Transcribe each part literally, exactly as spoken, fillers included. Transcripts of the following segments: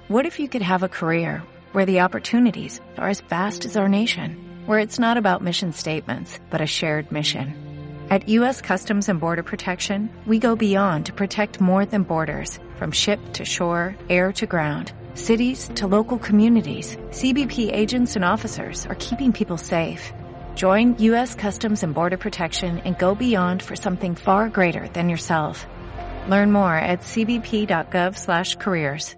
What if you could have a career where the opportunities are as vast as our nation, where it's not about mission statements, but a shared mission? At U S Customs and Border Protection, we go beyond to protect more than borders, from ship to shore, air to ground, cities to local communities. C B P agents and officers are keeping people safe. Join U S Customs and Border Protection and go beyond for something far greater than yourself. Learn more at c b p dot gov slash careers.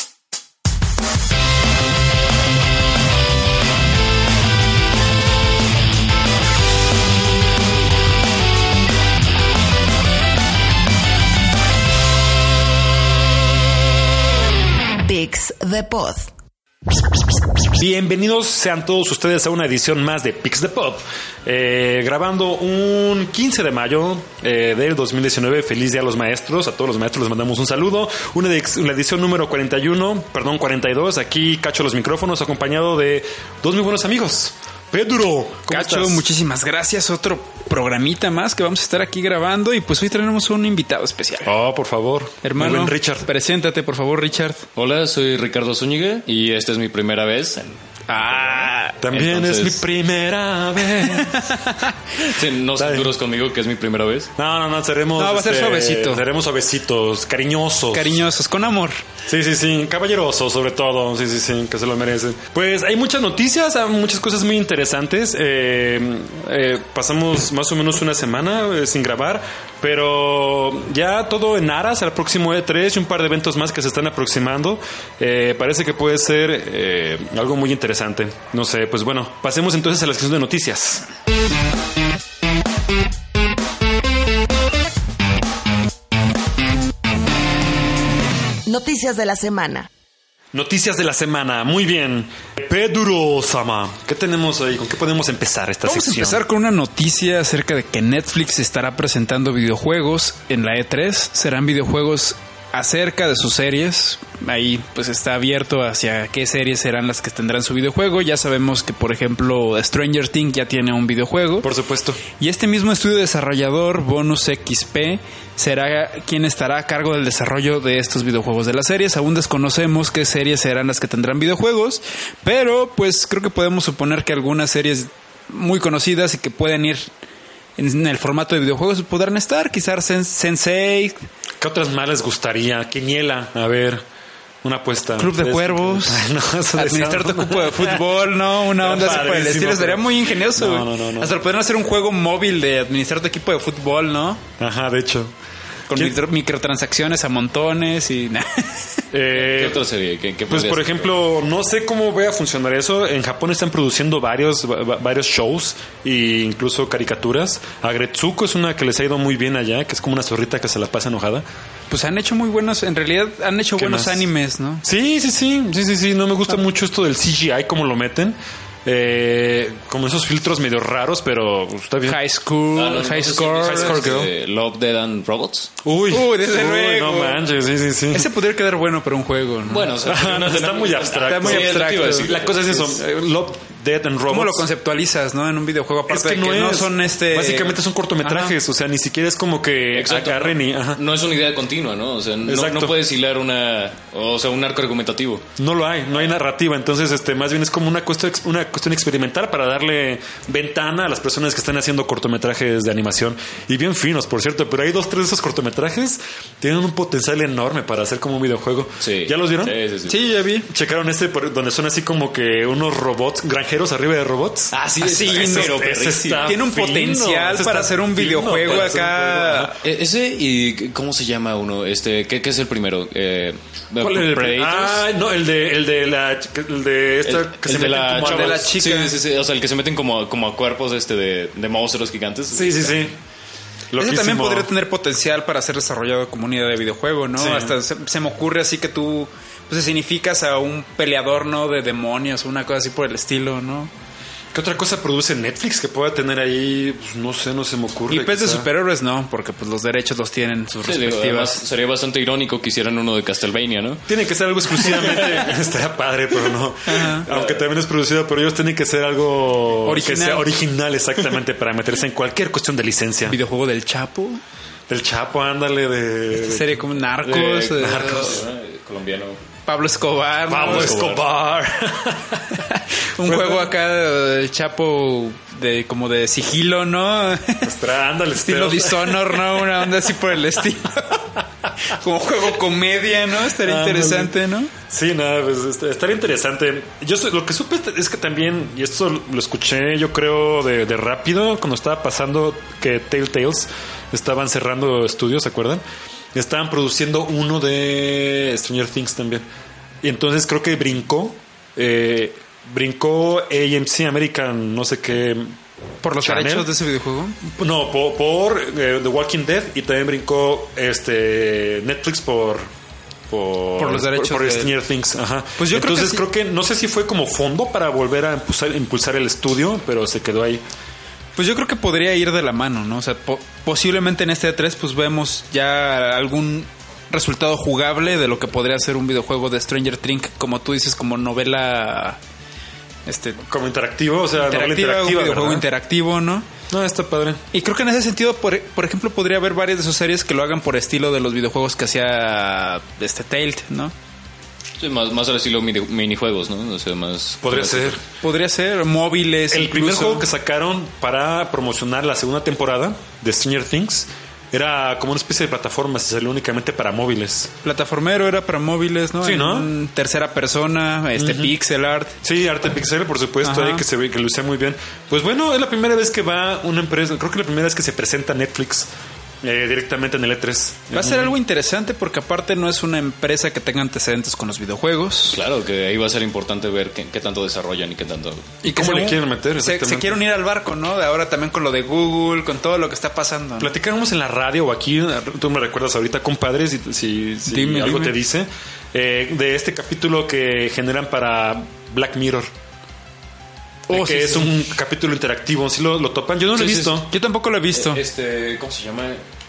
Pix de Pod. Bienvenidos sean todos ustedes a una edición más de Pix de Pod, eh, grabando un quince de mayo eh, del dos mil diecinueve. Feliz día a los maestros, a todos los maestros les mandamos un saludo. Una, de, una edición número cuarenta y uno, perdón, cuarenta y dos. Aquí Cacho los micrófonos, acompañado de dos muy buenos amigos. Pedro, Cacho, estás? Muchísimas gracias. Otro programita más que vamos a estar aquí grabando. Y pues hoy tenemos un invitado especial. Oh, por favor. Hermano, buen Richard. Preséntate, por favor, Richard. Hola, soy Ricardo Zúñiga y esta es mi primera vez. Ah, también entonces... es mi primera vez. Sí, no sean duros conmigo, que es mi primera vez. No, no, no, seremos... No, va a ser este, suavecito. Seremos suavecitos, cariñosos. Cariñosos, con amor. Sí, sí, sí, caballerosos sobre todo. Sí, sí, sí, que se lo merecen. Pues hay muchas noticias, hay muchas cosas muy interesantes. Eh, eh, pasamos más o menos una semana eh, sin grabar, pero ya todo en aras al próximo E tres y un par de eventos más que se están aproximando. Eh, parece que puede ser eh, algo muy interesante. No sé, pues bueno, pasemos entonces a la sección de noticias. Noticias de la semana. Noticias de la semana, muy bien. Pedro Sama, ¿qué tenemos ahí? ¿Con qué podemos empezar esta Vamos sección? Vamos a empezar con una noticia acerca de que Netflix estará presentando videojuegos en la E tres. Serán videojuegos acerca de sus series. Ahí pues está abierto hacia qué series serán las que tendrán su videojuego. Ya sabemos que, por ejemplo, Stranger Things ya tiene un videojuego. Por supuesto. Y este mismo estudio desarrollador, Bonus X P, será quien estará a cargo del desarrollo de estos videojuegos de las series. Aún desconocemos qué series serán las que tendrán videojuegos, pero pues creo que podemos suponer que algunas series muy conocidas y que pueden ir en el formato de videojuegos podrán estar. Quizás sense eight. ¿Qué otras más les gustaría? Quiniela, a ver, una apuesta. Club de es... Cuervos. No, administrar tu equipo de fútbol, ¿no? Una onda así por el estilo. Estaría muy ingenioso. No, no, no, no. Hasta podrían hacer un juego móvil de administrar tu equipo de fútbol, ¿no? Ajá, de hecho. Con micro, microtransacciones a montones y nada. Eh, ¿Qué otra serie? ¿Qué, qué pues por ejemplo, no sé cómo va a funcionar eso. En Japón están produciendo varios varios shows e incluso caricaturas. Agretsuko es una que les ha ido muy bien allá, que es como una zorrita que se la pasa enojada. Pues han hecho muy buenos, en realidad han hecho buenos más? animes, ¿no? Sí, sí, sí, sí, sí, sí. No me gusta ah. mucho esto del C G I, cómo lo meten. Eh, como esos filtros medio raros, pero está bien. High School, ah, no, High no Score, High Score Girl. Love, Dead and Robots. Uy, Uy desde uy, luego. No manches, sí, sí, sí. Ese podría quedar bueno para un juego, ¿no? Bueno, o sea, Ajá, no, está muy abstracto. Está muy sí, abstracto. La cosa es eso. Love, Dead and Robots. ¿Cómo lo conceptualizas, no? En un videojuego, aparte es que, de que no, no es, son este... Básicamente son cortometrajes, ajá. O sea, ni siquiera es como que exacto, agarren no, y... Ajá. No es una idea continua, ¿no? O sea, no, no puedes hilar una... O sea, un arco argumentativo. No lo hay, no hay narrativa. Entonces, este, más bien es como una cuestión, una cuestión experimental para darle ventana a las personas que están haciendo cortometrajes de animación. Y bien finos, por cierto. Pero hay dos, tres de esos cortometrajes tienen un potencial enorme para hacer como un videojuego. Sí. ¿Ya los vieron? Sí, sí, sí. Sí, ya vi. ¿Checaron este por, donde son así como que unos robots, granjeros arriba de robots? Ah, sí, sí, ese, pero ese está tiene un fino, potencial para hacer un videojuego acá. Un ese y ¿cómo se llama uno? Este, ¿qué, qué es el primero? Eh, ¿Cuál es el Predators? Ah, no, el de el de la el de esta el, que el se de la, como de la chica. Sí, sí, sí, o sea, el que se meten como como a cuerpos este de, de monstruos gigantes. Sí, sí, sí. Ese también podría tener potencial para ser desarrollado como unidad de videojuego, ¿no? Sí. Hasta se, se me ocurre así que tú pues significas a un peleador, ¿no? De demonios, una cosa así por el estilo, ¿no? ¿Qué otra cosa produce Netflix que pueda tener ahí? Pues no sé, no se me ocurre. Y pues de superhéroes no, porque pues los derechos los tienen sus sí, respectivas. Digo, además, sería bastante irónico que hicieran uno de Castlevania, ¿no? Tiene que ser algo exclusivamente. Estaría padre, pero no. Ajá. Aunque también es producido, pero ellos tienen que ser algo original, que sea original exactamente para meterse en cualquier cuestión de licencia. ¿Videojuego del Chapo? Del Chapo, ándale, de... Esta serie como Narcos. De, de, Narcos. De, colombiano. Pablo Escobar. Pablo ¿no? Escobar. Un juego acá del Chapo de como de sigilo, ¿no? Ostras, ándale, estilo Dishonor, ¿no? Una onda así por el estilo. Como juego comedia, ¿no? Estaría ándale. Interesante, ¿no? Sí, nada, pues estaría interesante. Yo lo que supe es que también, y esto lo escuché yo creo de, de rápido, cuando estaba pasando que Telltales estaban cerrando estudios, ¿se acuerdan? Estaban produciendo uno de Stranger Things también. Y entonces creo que brincó, eh, brincó A M C American, no sé qué. ¿Por los Channel. derechos de ese videojuego? No, por, por eh, The Walking Dead, y también brincó este Netflix por... Por, por los derechos por, por de Stranger Things, ajá. Pues yo entonces creo, que creo que no sé si fue como fondo para volver a impulsar, impulsar el estudio, pero se quedó ahí. Pues yo creo que podría ir de la mano, ¿no? O sea, po- posiblemente en este E tres pues vemos ya algún resultado jugable de lo que podría ser un videojuego de Stranger Things, como tú dices, como novela este como interactivo, o sea, interactiva, novela interactiva, un videojuego ¿verdad? interactivo, ¿no? No, está padre. Y creo que en ese sentido, por, por ejemplo, podría haber varias de sus series que lo hagan por estilo de los videojuegos que hacía este Telltale, ¿no? Sí, más, más al estilo mini, minijuegos, ¿no? O sea, más... Podría ser. Podría ser, móviles. El incluso. primer juego que sacaron para promocionar la segunda temporada de Stranger Things era como una especie de plataforma, se salió únicamente para móviles. Plataformero era para móviles, ¿no? Sí, ¿no? En tercera persona, este uh-huh. pixel art. Sí, arte pixel, por supuesto, ahí que se ve que lucía muy bien. Pues bueno, es la primera vez que va una empresa, creo que es la primera vez que se presenta Netflix eh, directamente en el E tres. Va a ser algo interesante porque aparte no es una empresa que tenga antecedentes con los videojuegos. Claro, que ahí va a ser importante ver qué, qué tanto desarrollan y qué tanto... ¿Y cómo le quieren meter? Se, se quieren unir al barco, ¿no? De ahora también con lo de Google, con todo lo que está pasando, ¿no? Platicábamos en la radio o aquí, tú me recuerdas ahorita, compadre, si, si, si dime, algo dime. te dice, eh, de este capítulo que generan para Black Mirror. Oh, que sí, es sí. un capítulo interactivo. ¿Sí lo, lo topan? Yo no lo sí, he visto. Sí, sí. Yo tampoco lo he visto. Este, ¿cómo se llama?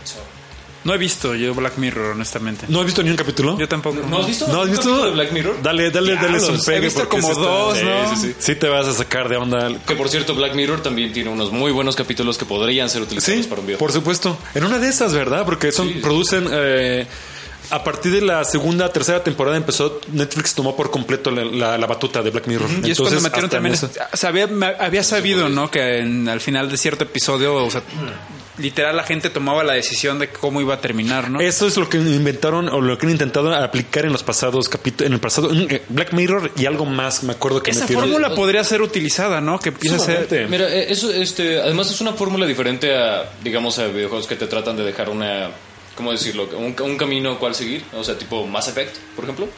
No he visto yo Black Mirror, honestamente. ¿No has visto ni un capítulo? Yo tampoco. ¿No has visto? ¿No has visto de Black Mirror? Dale, dale, ya, dale un pegue. He visto como dos, está... ¿no? Sí, sí, sí. Sí te vas a sacar de onda. Que por cierto, Black Mirror también tiene unos muy buenos capítulos que podrían ser utilizados sí, para un video. Por supuesto. En una de esas, ¿verdad? Porque son, sí. producen... Eh, a partir de la segunda, tercera temporada empezó, Netflix tomó por completo la, la, la batuta de Black Mirror. Uh-huh. Y Entonces, es cuando metieron también... Eso... O sea, había, había sabido, ¿no? Que en, al final de cierto episodio, o sea, literal la gente tomaba la decisión de cómo iba a terminar, ¿no? Eso es lo que inventaron o lo que han intentado aplicar en los pasados capítulos, en el pasado Black Mirror y algo más, me acuerdo que esa metieron. fórmula podría ser utilizada, ¿no? Que empieza a ser... Mira, eso, este, además es una fórmula diferente a, digamos, a videojuegos que te tratan de dejar una... ¿Cómo decirlo? Un, un camino cual seguir. O sea, tipo Mass Effect, por ejemplo.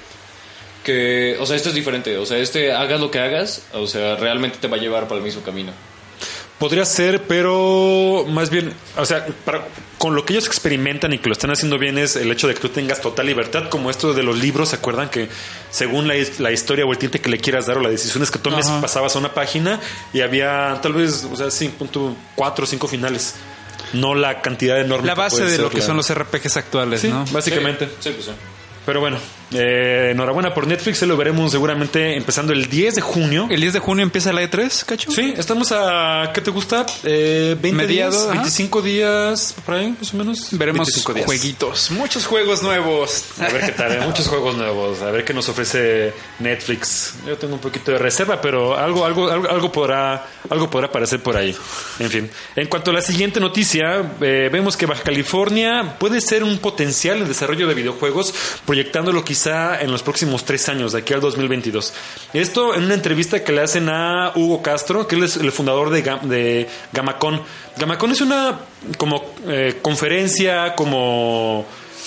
Que, o sea, este es diferente. O sea, este, hagas lo que hagas, o sea, realmente te va a llevar para el mismo camino. Podría ser, pero más bien, o sea, para, con lo que ellos experimentan y que lo están haciendo bien es el hecho de que tú tengas total libertad, como esto de los libros, ¿se acuerdan? Que según la, la historia o el tinte que le quieras dar o las decisiones que tomes, ajá, pasabas a una página y había tal vez, o sea, cinco punto cuatro o cinco finales. No la cantidad enorme. La base de lo que la... son los R P Gs actuales, sí, ¿no? Básicamente. Sí, sí, pues sí. Pero bueno, eh, enhorabuena por Netflix. Se lo veremos seguramente empezando el diez de junio. ¿El diez de junio empieza la E tres, Cacho? Sí, estamos a... ¿Qué te gusta? Eh, veinte Mediado, días, ajá. veinticinco días, por ahí, más o menos. Veremos días. Jueguitos. Muchos juegos nuevos. A ver qué tal, ¿eh? Muchos juegos nuevos. A ver qué nos ofrece Netflix. Yo tengo un poquito de reserva, pero algo, algo, algo, algo podrá, algo podrá aparecer por ahí. En fin. En cuanto a la siguiente noticia, eh, vemos que Baja California puede ser un potencial en desarrollo de videojuegos, proyectándolo quizá en los próximos tres años, de aquí al dos mil veintidós. Esto en una entrevista que le hacen a Hugo Castro, que él es el fundador de, de Gamacon. Gamacon es una como eh, conferencia, como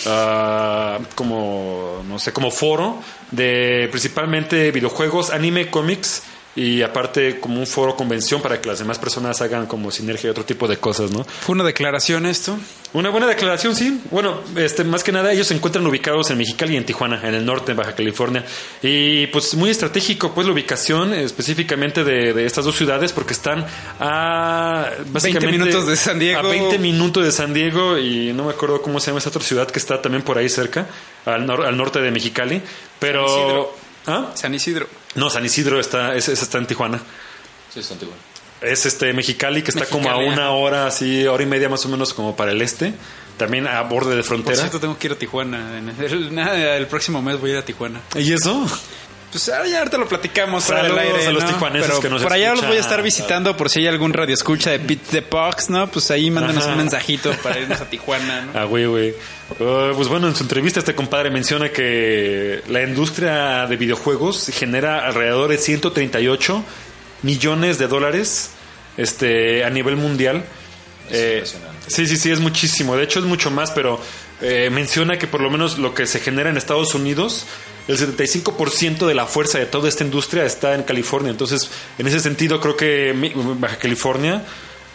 uh, como no sé, como foro de principalmente videojuegos, anime, cómics. Y aparte como un foro convención para que las demás personas hagan como sinergia y otro tipo de cosas, ¿no? ¿Fue una declaración esto? Una buena declaración, sí. Bueno, este, más que nada ellos se encuentran ubicados en Mexicali y en Tijuana, en el norte, en Baja California. Y pues muy estratégico pues la ubicación específicamente de, de estas dos ciudades porque están a básicamente veinte minutos de San Diego. A veinte minutos de San Diego y no me acuerdo cómo se llama esa otra ciudad que está también por ahí cerca, al, nor- al norte de Mexicali. Pero... ¿Ah? San Isidro. No, San Isidro está, es, es, está en Tijuana. Sí, está en Tijuana. Es este Mexicali, que está Mexicali, como a una hora, así, hora y media más o menos como para el este también a borde de Por frontera. cierto, tengo que ir a Tijuana. En el, nada, el próximo mes voy a ir a Tijuana. ¿Y eso? Pues ahora ya ahorita lo platicamos fuera del Saludos aire, a los ¿no? tijuaneses Pero que nos por allá los escuchan. voy a estar visitando por si hay algún radio escucha de Pete the Pox, ¿no? Pues ahí mándanos Ajá. un mensajito para irnos a Tijuana, ¿no? Ah, güey, güey. Uh, pues bueno, en su entrevista este compadre menciona que la industria de videojuegos genera alrededor de ciento treinta y ocho millones de dólares este, a nivel mundial. Es Eh, impresionante. sí, sí, sí, es muchísimo. De hecho, es mucho más, pero eh, menciona que por lo menos lo que se genera en Estados Unidos, el setenta y cinco por ciento de la fuerza de toda esta industria está en California. Entonces, en ese sentido, creo que mi- Baja California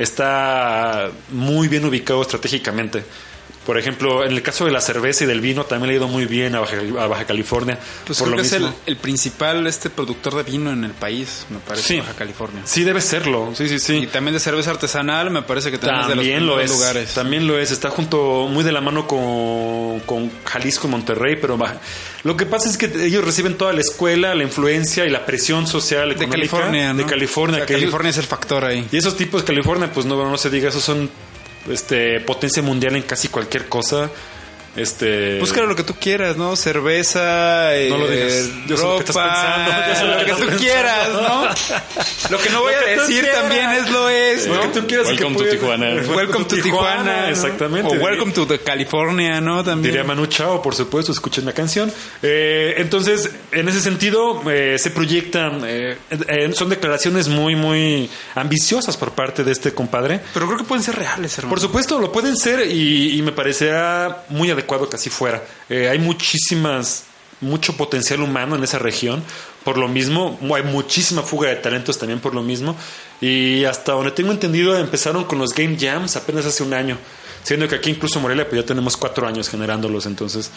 está muy bien ubicado estratégicamente. Por ejemplo, en el caso de la cerveza y del vino, también le ha ido muy bien a Baja, a Baja California. Pues por creo lo que es el, mismo. el principal este productor de vino en el país, me parece, Sí. Baja California. Sí, debe serlo. Sí, sí, sí. Y también de cerveza artesanal, me parece que también, es de los También lo primeros es. lugares. También lo es. Está junto, muy de la mano con, con Jalisco y Monterrey, pero Baja- lo que pasa es que ellos reciben toda la escuela, la influencia y la presión social De económica California, ¿no? de California. O sea, que ellos- California es el factor ahí. y esos tipos de California, pues no, no se diga, esos son este potencia mundial en casi cualquier cosa. Este Búscalo lo que tú quieras, ¿no? Cerveza, eh, No lo digas. Yo sé lo que estás ropa, pensando. Yo sé lo lo que que estás tú pensando. quieras, ¿no? Lo que no voy Lo a que tú decir quieras. también es lo es, Lo ¿no? que tú quieras y que Welcome to puedes- Tijuana. Welcome to Tijuana, ¿no? Exactamente. O Welcome to the California, ¿no? También. Diría Manu Chao, por supuesto, escuchen la canción. Eh, entonces, en ese sentido, eh, se proyectan, eh, eh, son declaraciones muy, muy ambiciosas por parte de este compadre. Pero creo que pueden ser reales, hermano. Por supuesto, lo pueden ser y, y me parecerá muy adecuado que así fuera. Eh, hay muchísimas, mucho potencial humano en esa región. Por lo mismo, hay muchísima fuga de talentos también por lo mismo. Y hasta donde tengo entendido, empezaron con los Game Jams apenas hace un año. Siendo que aquí incluso Morelia pues ya tenemos cuatro años generándolos. Entonces,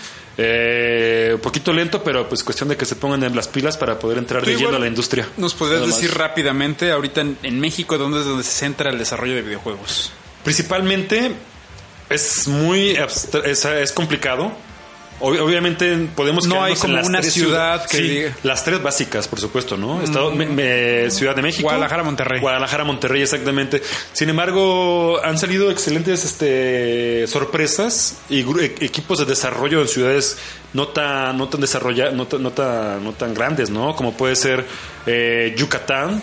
eh, un poquito lento, pero pues cuestión de que se pongan en las pilas para poder entrar Tú de lleno igual a la industria. ¿Nos podrías Nada decir más. rápidamente, ahorita en, en México, dónde es donde se centra el desarrollo de videojuegos? Principalmente es muy abstra- es, es complicado. Ob- Obviamente podemos No hay quedarnos como en las una tres ciudad ciudad- que sí, diga- las tres básicas, por supuesto, ¿no? Estado, me- me- Ciudad de México, Guadalajara, Monterrey. Guadalajara, Monterrey, exactamente. Sin embargo, han salido excelentes este sorpresas y gru- e- equipos de desarrollo en ciudades no tan no tan desarrolladas, no tan, no tan no tan grandes, ¿no? Como puede ser eh, Yucatán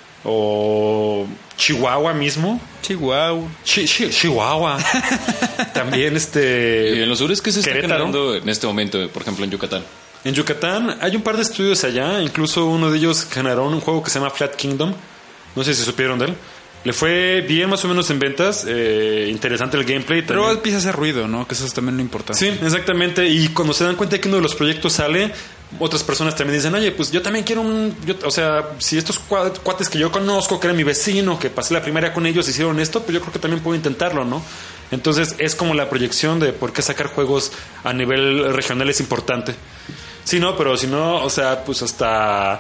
o Chihuahua mismo. Chihuahua. Chi- chi- Chihuahua. También Y este en los sures, ¿qué se está Querétaro. generando en este momento, por ejemplo, en Yucatán? en Yucatán hay un par de estudios allá, incluso uno de ellos generó un juego que se llama Flat Kingdom. No sé si supieron de él. Le fue bien más o menos en ventas, eh, interesante el gameplay Pero también. empieza a hacer ruido, ¿no? Que eso es también lo importante. Sí, exactamente. Y cuando se dan cuenta que uno de los proyectos sale, otras personas también dicen, oye, pues yo también quiero un... yo- o sea, si estos cua- cuates que yo conozco, que era mi vecino, que pasé la primaria con ellos, hicieron esto, pues yo creo que también puedo intentarlo, ¿no? Entonces es como la proyección de por qué sacar juegos a nivel regional es importante. Sí, no, pero si no, o sea, pues hasta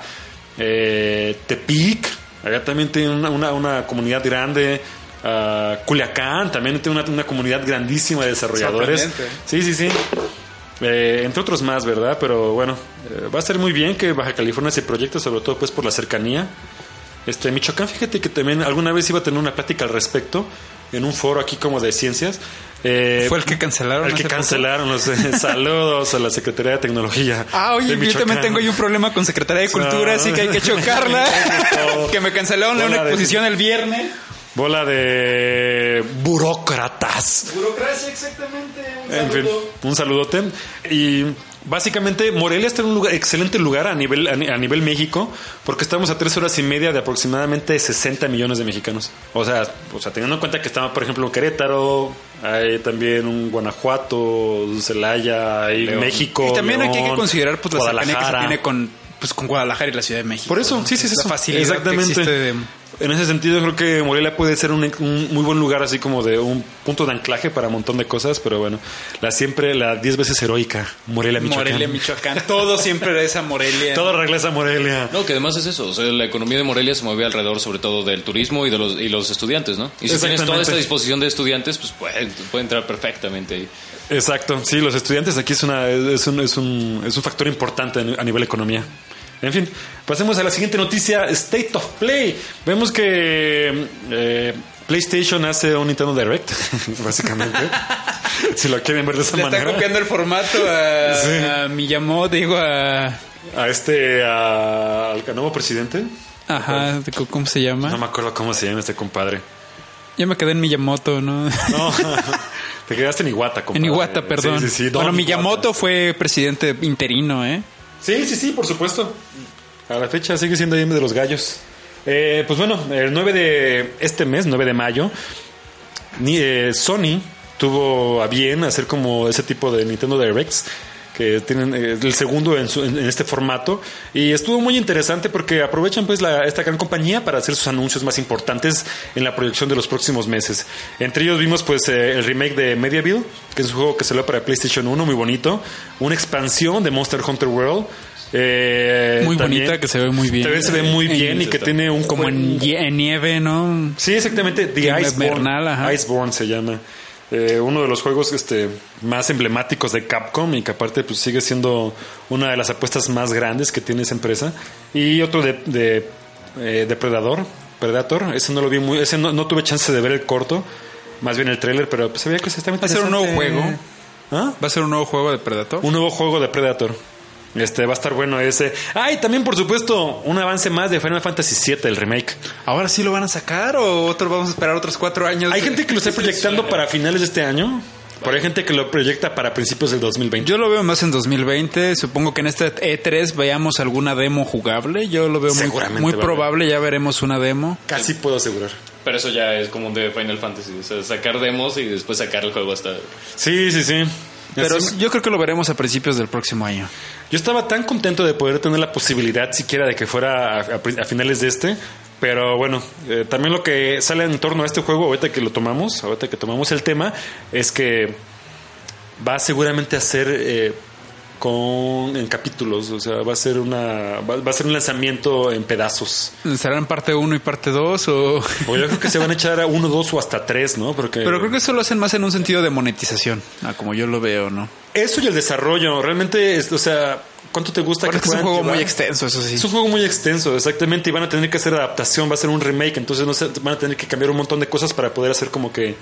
eh, Tepic, allá también tiene una, una, una comunidad grande. ah, Culiacán también tiene una, una comunidad grandísima de desarrolladores. Sorprendente. Sí, sí, sí. Eh, entre otros más, ¿verdad? Pero bueno, eh, va a ser muy bien que Baja California se proyecte, sobre todo pues por la cercanía. Este Michoacán, fíjate que también alguna vez iba a tener una plática al respecto en un foro aquí como de ciencias. Eh, ¿Fue el que cancelaron El que hace poco? cancelaron. Los, eh, saludos a la Secretaría de Tecnología. Ah, oye, de yo Michoacán. también tengo ahí un problema con Secretaría de Cultura, Ah. así que hay que chocarla. Que me cancelaron en Bola una de- exposición el viernes. Bola de burócratas. Burocracia, exactamente. Un En fin, un saludote. Y básicamente Morelia está en un lugar, excelente lugar a nivel, a, ni- a nivel México, porque estamos a tres horas y media de aproximadamente sesenta millones de mexicanos. O sea, o sea, teniendo en cuenta que estamos, por ejemplo, en Querétaro, hay también un Guanajuato, Celaya, hay León. México. Y también aquí hay que León, considerar pues la cercanía que se Guadalajara. tiene con, pues, con Guadalajara y la Ciudad de México. Por eso, ¿no? sí, sí, sí. La eso. facilidad Exactamente. que existe de... En ese sentido, creo que Morelia puede ser un, un muy buen lugar, así como de un punto de anclaje para un montón de cosas, pero bueno, la siempre, la diez veces heroica, Morelia, Michoacán. Morelia, Michoacán. Todo siempre es a Morelia. Todo regresa a Morelia. No, que además es eso. O sea, la economía de Morelia se mueve alrededor, sobre todo, del turismo y de los, y los estudiantes, ¿no? Y si tienes Exactamente. toda esta disposición de estudiantes, pues puede, puede entrar perfectamente ahí. Exacto, sí, los estudiantes aquí es, una, es, un, es, un, es un factor importante a nivel economía. En fin, pasemos a la siguiente noticia, State of Play. Vemos que eh, PlayStation hace un Nintendo Direct, básicamente. si lo quieren ver de esa Le manera. está copiando el formato a, Sí. a Miyamoto, digo a... A este, a- al nuevo presidente. Ajá, ¿cómo se llama? No me acuerdo cómo se llama este compadre. Yo me quedé en Miyamoto, ¿no? No, te quedaste en Iwata, compadre. En Iwata, perdón. Sí, sí, sí. Bueno, Don Miyamoto Iwata. fue presidente interino, ¿eh? Sí, sí, sí, por supuesto. A la fecha sigue siendo ahí de los gallos. Eh, pues bueno, el nueve de este mes, nueve de mayo, ni, eh, Sony tuvo a bien hacer como ese tipo de Nintendo Directs, que tienen eh, el segundo en, su, en, en este formato, y estuvo muy interesante porque aprovechan pues la, esta gran compañía para hacer sus anuncios más importantes en la proyección de los próximos meses. Entre ellos vimos pues eh, el remake de Medieval, que es un juego que salió para PlayStation uno, muy bonito, una expansión de Monster Hunter World. Eh, Muy también- bonita, que se ve muy bien. También se ve muy bien y que tiene un Como en, nie- en nieve, ¿no? Sí, exactamente. The Tiene Iceborne. Bernal, ajá. Iceborne se llama. Eh, uno de los juegos este, más emblemáticos de Capcom y que aparte pues, sigue siendo una de las apuestas más grandes que tiene esa empresa. Y otro de, de eh, Depredador. Predator. Ese no lo vi muy. Ese no, no tuve chance de ver el corto. Más bien el tráiler, pero pues, se veía que se estaba ¿Va a ser un nuevo juego? ¿Ah? ¿Va a ser un nuevo juego de Predator? Un nuevo juego de Predator. Este va a estar bueno ese. Ah, y también por supuesto un avance más de Final Fantasy siete, el remake. ¿Ahora sí lo van a sacar o otro vamos a esperar otros cuatro años? Hay gente que lo está proyectando para finales de este año. Pero hay gente que lo proyecta para principios del dos mil veinte. Yo lo veo más en dos mil veinte. Supongo que en este E tres veamos alguna demo jugable. Yo lo veo muy, Seguramente muy va a haber. probable. Ya veremos una demo. Casi puedo asegurar. Pero eso ya es como un de Final Fantasy. O sea, sacar demos y después sacar el juego hasta... Sí, sí, sí. Pero Así- yo creo que lo veremos a principios del próximo año. yo estaba tan contento de poder tener la posibilidad siquiera de que fuera a, a- a finales de este. Pero bueno, eh, también lo que sale en torno a este juego, ahorita que lo tomamos, ahorita que tomamos el tema, es que va seguramente a ser eh, con en capítulos, o sea, va a ser una va, va a ser un lanzamiento en pedazos. ¿Serán parte uno y parte dos o...? O yo creo que se van a echar a uno, dos o hasta tres, ¿no? Porque Pero creo que eso lo hacen más en un sentido de monetización, ah, como yo lo veo, ¿no? eso y el desarrollo, realmente, es, o sea, ¿cuánto te gusta Porque que es un puedan juego llevar? muy extenso, eso sí. Es un juego muy extenso, exactamente, y van a tener que hacer adaptación, va a ser un remake, entonces no sé, van a tener que cambiar un montón de cosas para poder hacer como que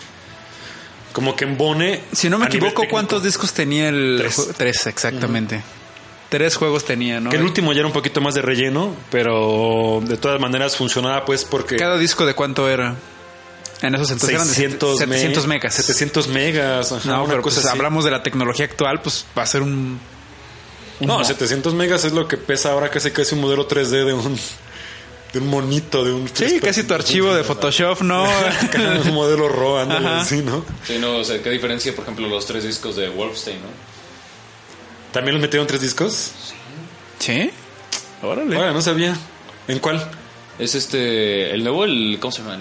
como que embone. Si no me a nivel equivoco, técnico. ¿cuántos discos tenía el Tres. juego? Tres, exactamente. Tres juegos tenía, ¿no? Que el último ya era un poquito más de relleno, pero de todas maneras funcionaba pues porque ¿Cada disco de cuánto era? En esos entonces eran de seiscientos, setecientos me- megas. setecientos megas, ajá, No, una pero cosa pues así. hablamos de la tecnología actual, pues va a ser un... un No, mo- setecientos megas es lo que pesa ahora casi casi un modelo tres D de un de un monito, de un Sí, casi tu archivo de Photoshop, ¿no? un modelo R A W, ándale, Ajá. así, ¿no? Sí, no, o sea, ¿qué diferencia, por ejemplo, los tres discos de Wolfenstein, no? ¿También los metieron tres discos? ¿Sí? Órale. Ahora, no sabía. ¿En cuál? Es este... El nuevo, el... ¿Cómo se llama?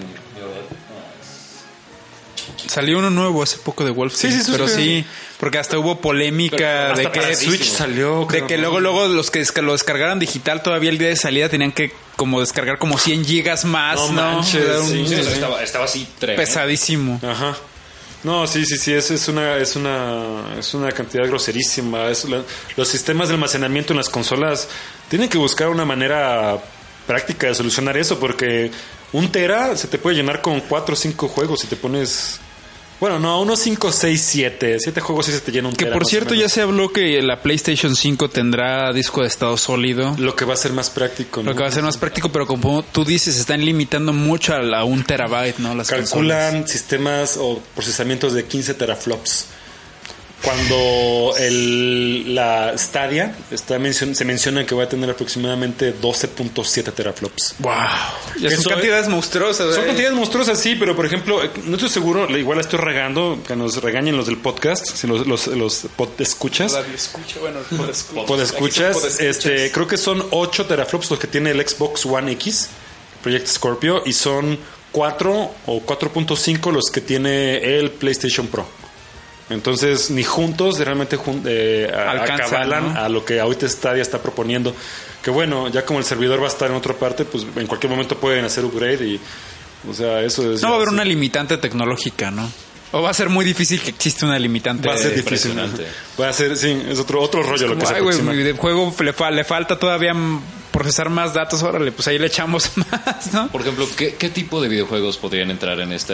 Salió uno nuevo hace poco de Wolfenstein. Sí, sí, sí, pero sí. sí, porque hasta hubo polémica Pero de hasta que para Switch salió. de creo, que ¿no? luego luego los que desca- lo descargaran digital todavía el día de salida tenían que como descargar como cien gigas más, No ¿no? manches, Era un- sí, Sí, o sea, sí. estaba, estaba así tremendo. pesadísimo. Ajá. No, sí, sí, sí, es, es una es una es una cantidad groserísima. Es la- los sistemas de almacenamiento en las consolas tienen que buscar una manera práctica de solucionar eso, porque un tera se te puede llenar con cuatro o cinco juegos si te pones. Bueno, no, unos cinco, seis, siete. Siete juegos sí se te llena un Que tera. por más o cierto ya menos. se habló que la PlayStation cinco tendrá disco de estado sólido. Lo que va a ser más práctico, ¿no? Lo que va a ser más práctico, pero como tú dices, están limitando mucho a, la- a un terabyte, ¿no? Las Calculan consolas. sistemas o procesamientos de quince teraflops. Cuando el, la Stadia está mencion- se menciona que va a tener aproximadamente doce punto siete teraflops. Wow. Ya Eso son cantidades monstruosas. Son ¿eh? cantidades monstruosas, sí, pero por ejemplo, eh, no estoy seguro, igual la estoy regando, que nos regañen los del podcast, si los, los, los pod escuchas. Radio escucha, bueno, pod escucha. Pod escuchas, Pod escuchas. este, creo que son ocho teraflops los que tiene el Xbox One X, Project Scorpio, y son cuatro o cuatro punto cinco los que tiene el PlayStation Pro. Entonces, ni juntos realmente jun- eh, a- Alcanzan, acabalan ¿no? a lo que ahorita Stadia está proponiendo. Que bueno, ya como el servidor va a estar en otra parte, pues en cualquier momento pueden hacer upgrade y, o sea, eso es... No va a haber sí. una limitante tecnológica, ¿no? O va a ser muy difícil que exista una limitante. Va a ser difícil. impresionante. Va a ser, sí, es otro otro rollo lo que Como, se ay, güey, aproxima. mi de juego le, fa- le falta todavía mm, procesar más datos. Órale, pues ahí le echamos más, ¿no? Por ejemplo, ¿qué, qué tipo de videojuegos podrían entrar en esta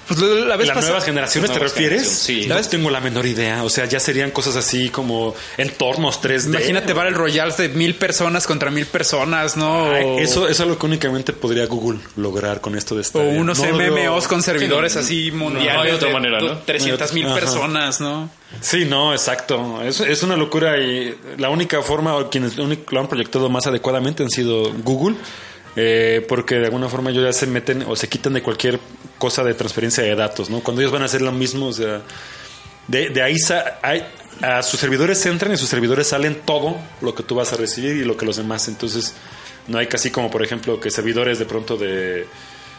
Pues la vez ¿Las pasada- nuevas generaciones te Nuevas refieres? generaciones, sí. No tengo la menor idea. O sea, ya serían cosas así como entornos tres D. Imagínate Battle Royales de mil personas contra mil personas, ¿no? Ay, O- eso, eso es lo que únicamente podría Google lograr con esto de esta. O unos No lo M M Os veo- con servidores Sí, no, así no mundiales. hay otra de manera, ¿no? trescientas mil Ajá. personas, ¿no? Sí, no, exacto. Es, es una locura y la única forma, o quienes lo único- lo han proyectado más adecuadamente han sido Google, eh, porque de alguna forma ellos ya se meten o se quitan de cualquier cosa de transferencia de datos, ¿no? Cuando ellos van a hacer lo mismo, o sea, de, de ahí sa- hay, a sus servidores entran y sus servidores salen todo lo que tú vas a recibir y lo que los demás. Entonces, no hay casi como, por ejemplo, que servidores de pronto de...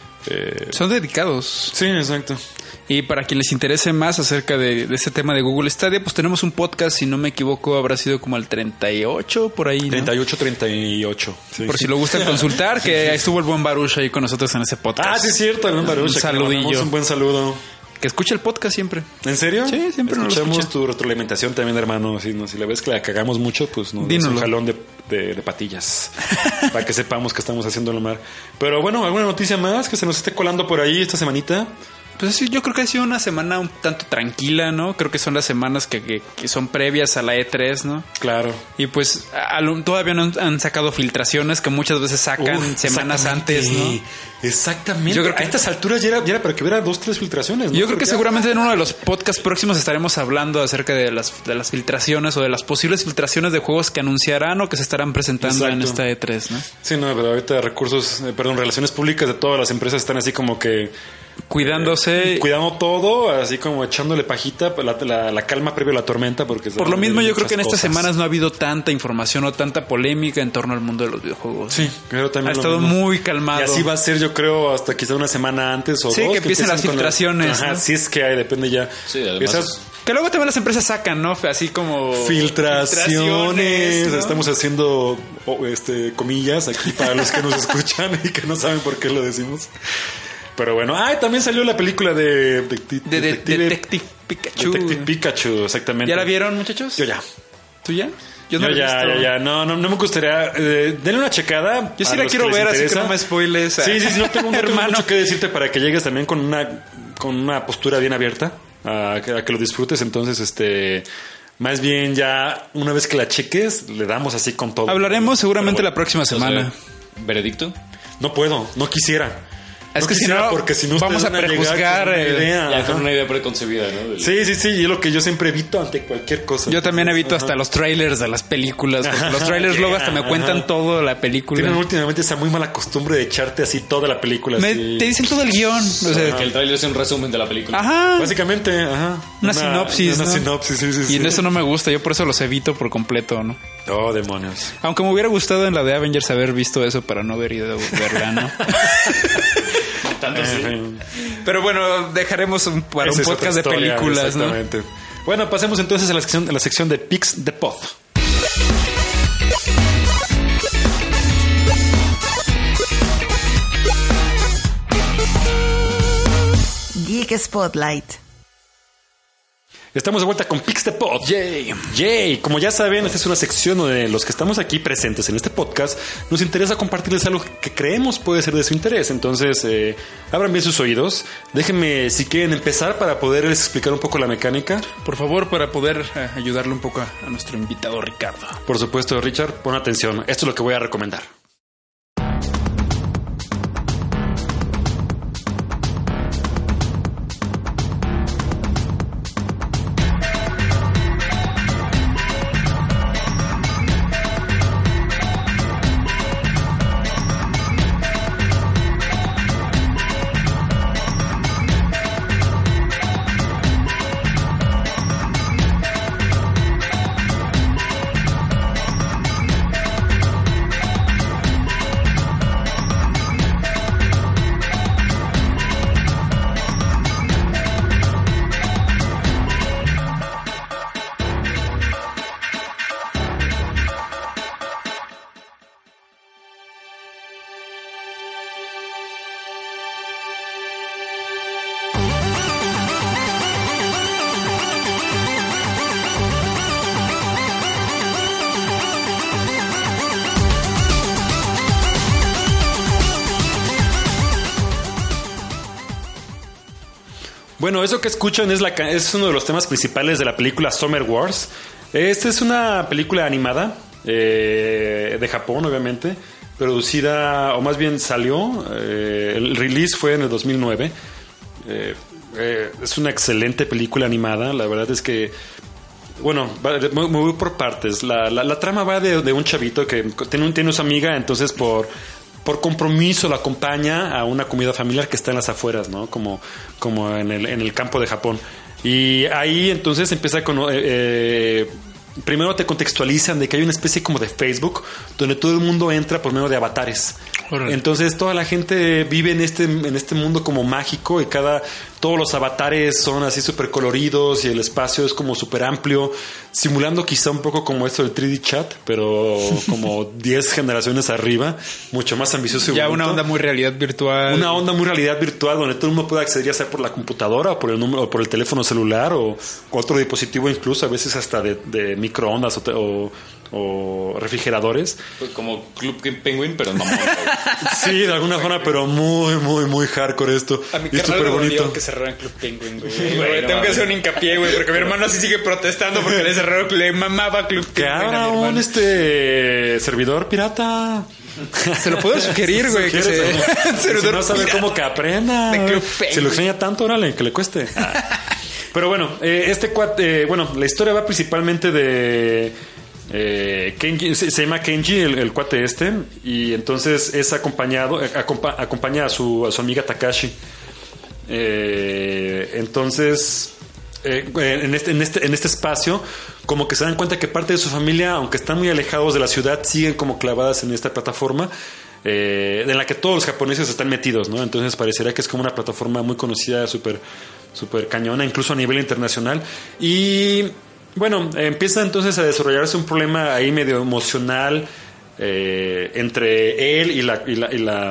eh, Son dedicados. sí, exacto. Y para quien les interese más acerca de, de este tema de Google Stadia, pues tenemos un podcast, si no me equivoco, habrá sido como el treinta y ocho, por ahí, ¿no? treinta y ocho, treinta y ocho. Sí. Por si lo gustan consultar, que estuvo el buen Baruch ahí con nosotros en ese podcast. Ah, sí, es cierto, Alman Baruch. Un a quien le saludillo. mandamos Un buen saludo. Que escucha el podcast siempre. ¿En serio? Sí, siempre nos lo Escuchamos escucha. tu retroalimentación también, hermano. Si, no, si la ves que la cagamos mucho, pues nos das Dínoslo. un jalón de, de, de patillas para que sepamos que estamos haciendo lo mal. Pero bueno, ¿alguna noticia más que se nos esté colando por ahí esta semanita? Pues sí, yo creo que ha sido una semana un tanto tranquila, ¿no? Creo que son las semanas que, que, que son previas a la E tres, ¿no? Claro. Y pues a- a- todavía no han, han sacado filtraciones que muchas veces sacan Uf, semanas exactamente. antes, ¿no? Exactamente. Yo creo que- a estas alturas ya era, ya era para que hubiera dos, tres filtraciones, ¿no? Yo creo que Porque- seguramente en uno de los podcasts próximos estaremos hablando acerca de las, de las filtraciones o de las posibles filtraciones de juegos que anunciarán o que se estarán presentando en Exacto. esta E tres, ¿no? Sí, no, pero ahorita recursos, eh, perdón, relaciones públicas de todas las empresas están así como que Cuidándose. cuidando todo, así como echándole pajita, la, la, la calma previo a la tormenta, porque Por lo mismo, yo creo que en estas muchas cosas. semanas no ha habido tanta información o tanta polémica en torno al mundo de los videojuegos. Sí, pero también Ha lo estado mismo. muy calmado. Y así va a ser, yo creo, hasta quizá una semana antes o Sí, dos. que empiecen las con filtraciones, Ajá, ¿no? si es que hay, depende ya. Sí, además Esas es- Que luego también las empresas sacan, ¿no? Así como... filtraciones. filtraciones, ¿no? Estamos haciendo oh, este comillas aquí para los que nos escuchan y que no saben por qué lo decimos. Pero bueno, ah, también salió la película de, de, De, de- Detective Pikachu. Detective Pikachu, exactamente. ¿Ya la vieron, muchachos? Yo ya. ¿Tú ya? Yo, no la he ya, visto. ya, ya. No, no, no me gustaría. Eh, denle una checada. Yo sí a la los quiero que les ver, así que interesa. no me spoiles. Sí, sí, sí, no tengo, no tengo Hermano. mucho que decirte para que llegues también con una, con una postura bien abierta a que, a que lo disfrutes. Entonces, este, más bien ya una vez que la cheques, le damos así con todo. Hablaremos seguramente Pero la próxima O sea, semana. ¿Veredicto? No puedo, no quisiera. Es No que si quisiera no, porque si no vamos ustedes a van llegar prejuzgar con una el- idea. Ya Ajá. con una idea preconcebida, ¿no? Del- Sí, sí, sí, y es lo que yo siempre evito ante cualquier cosa. Yo también evito Ajá. hasta los trailers de las películas. Porque Ajá, los trailers luego hasta me ajá. cuentan todo la película. Tienen últimamente esa muy mala costumbre de echarte así toda la película. Me- así. te dicen todo el guión. O sea, Que el tráiler es un resumen de la película. ajá. Básicamente, ajá. Una sinopsis, Una ¿no? sinopsis, sí, sí, Y sí. en eso no me gusta. Yo por eso los evito por completo, ¿no? Oh, demonios. Aunque me hubiera gustado en la de Avengers haber visto eso para no haber ido a verla, ¿no? Tanto así. Eh, Pero bueno, dejaremos un, para esa un es podcast de otra historia, películas, ¿no? exactamente. Bueno, pasemos entonces a la sección, a la sección de Picks de Pod. Geek Spotlight. Estamos de vuelta con Picks de Pod. Yay. Yay. Como ya saben, esta es una sección donde los que estamos aquí presentes en este podcast nos interesa compartirles algo que creemos puede ser de su interés. Entonces, eh, abran bien sus oídos. Déjenme, si quieren, empezar para poderles explicar un poco la mecánica. Por favor, para poder eh, ayudarle un poco a, a nuestro invitado Ricardo. Por supuesto, Richard, pon atención. Esto es lo que voy a recomendar. Bueno, eso que escuchan es, la, es uno de los temas principales de la película Summer Wars. Esta es una película animada eh, de Japón, obviamente, producida, o más bien salió, eh, el release fue en el dos mil nueve. Eh, eh, es una excelente película animada. La verdad es que, bueno, me voy por partes. La, la, la trama va de, de un chavito que tiene, un, tiene su amiga, entonces por... por compromiso la acompaña a una comida familiar que está en las afueras, ¿no? Como, como en el, en el campo de Japón. Y ahí entonces empieza con... Eh, eh, primero te contextualizan de que hay una especie como de Facebook donde todo el mundo entra por medio de avatares. Órale. Entonces toda la gente vive en este, en este mundo como mágico y cada... todos los avatares son así súper coloridos y el espacio es como súper amplio, simulando quizá un poco como esto del tres D chat, pero como diez generaciones arriba, mucho más ambicioso y ya bonito. Una onda muy realidad virtual. Una onda muy realidad virtual donde todo el mundo puede acceder ya sea por la computadora o por el número, o por el teléfono celular o otro dispositivo, incluso a veces hasta de, de microondas o, te, o, o refrigeradores. Pues como Club Penguin, pero no. Sí, de alguna forma, pero muy, muy, muy hardcore esto. A mi y carnal súper bonito. Que cerraran Club Penguin, güey. Sí, güey, güey, tengo no, que güey. hacer un hincapié, güey, porque mi hermano así sigue protestando porque le cerraron, le mamaba Club Que Penguin. abra un este servidor pirata. Se lo puedo sugerir, güey. Que se... si no sabe cómo que aprenda. De Club Si lo Penguin. extraña tanto, órale, que le cueste. Pero bueno, eh, este cuate, eh, bueno, la historia va principalmente de eh, Kenji, se, se llama Kenji, el, el cuate este, y entonces es acompañado, eh, acompa, acompaña a su, a su amiga Takashi. Eh, entonces, eh, en, este, en, este, en este espacio, como que se dan cuenta que parte de su familia, aunque están muy alejados de la ciudad, siguen como clavadas en esta plataforma. Eh, en la que todos los japoneses están metidos, ¿no? Entonces parecería que es como una plataforma muy conocida, súper súper cañona, incluso a nivel internacional. Y bueno, empieza entonces a desarrollarse un problema ahí medio emocional eh, entre él y la y la y la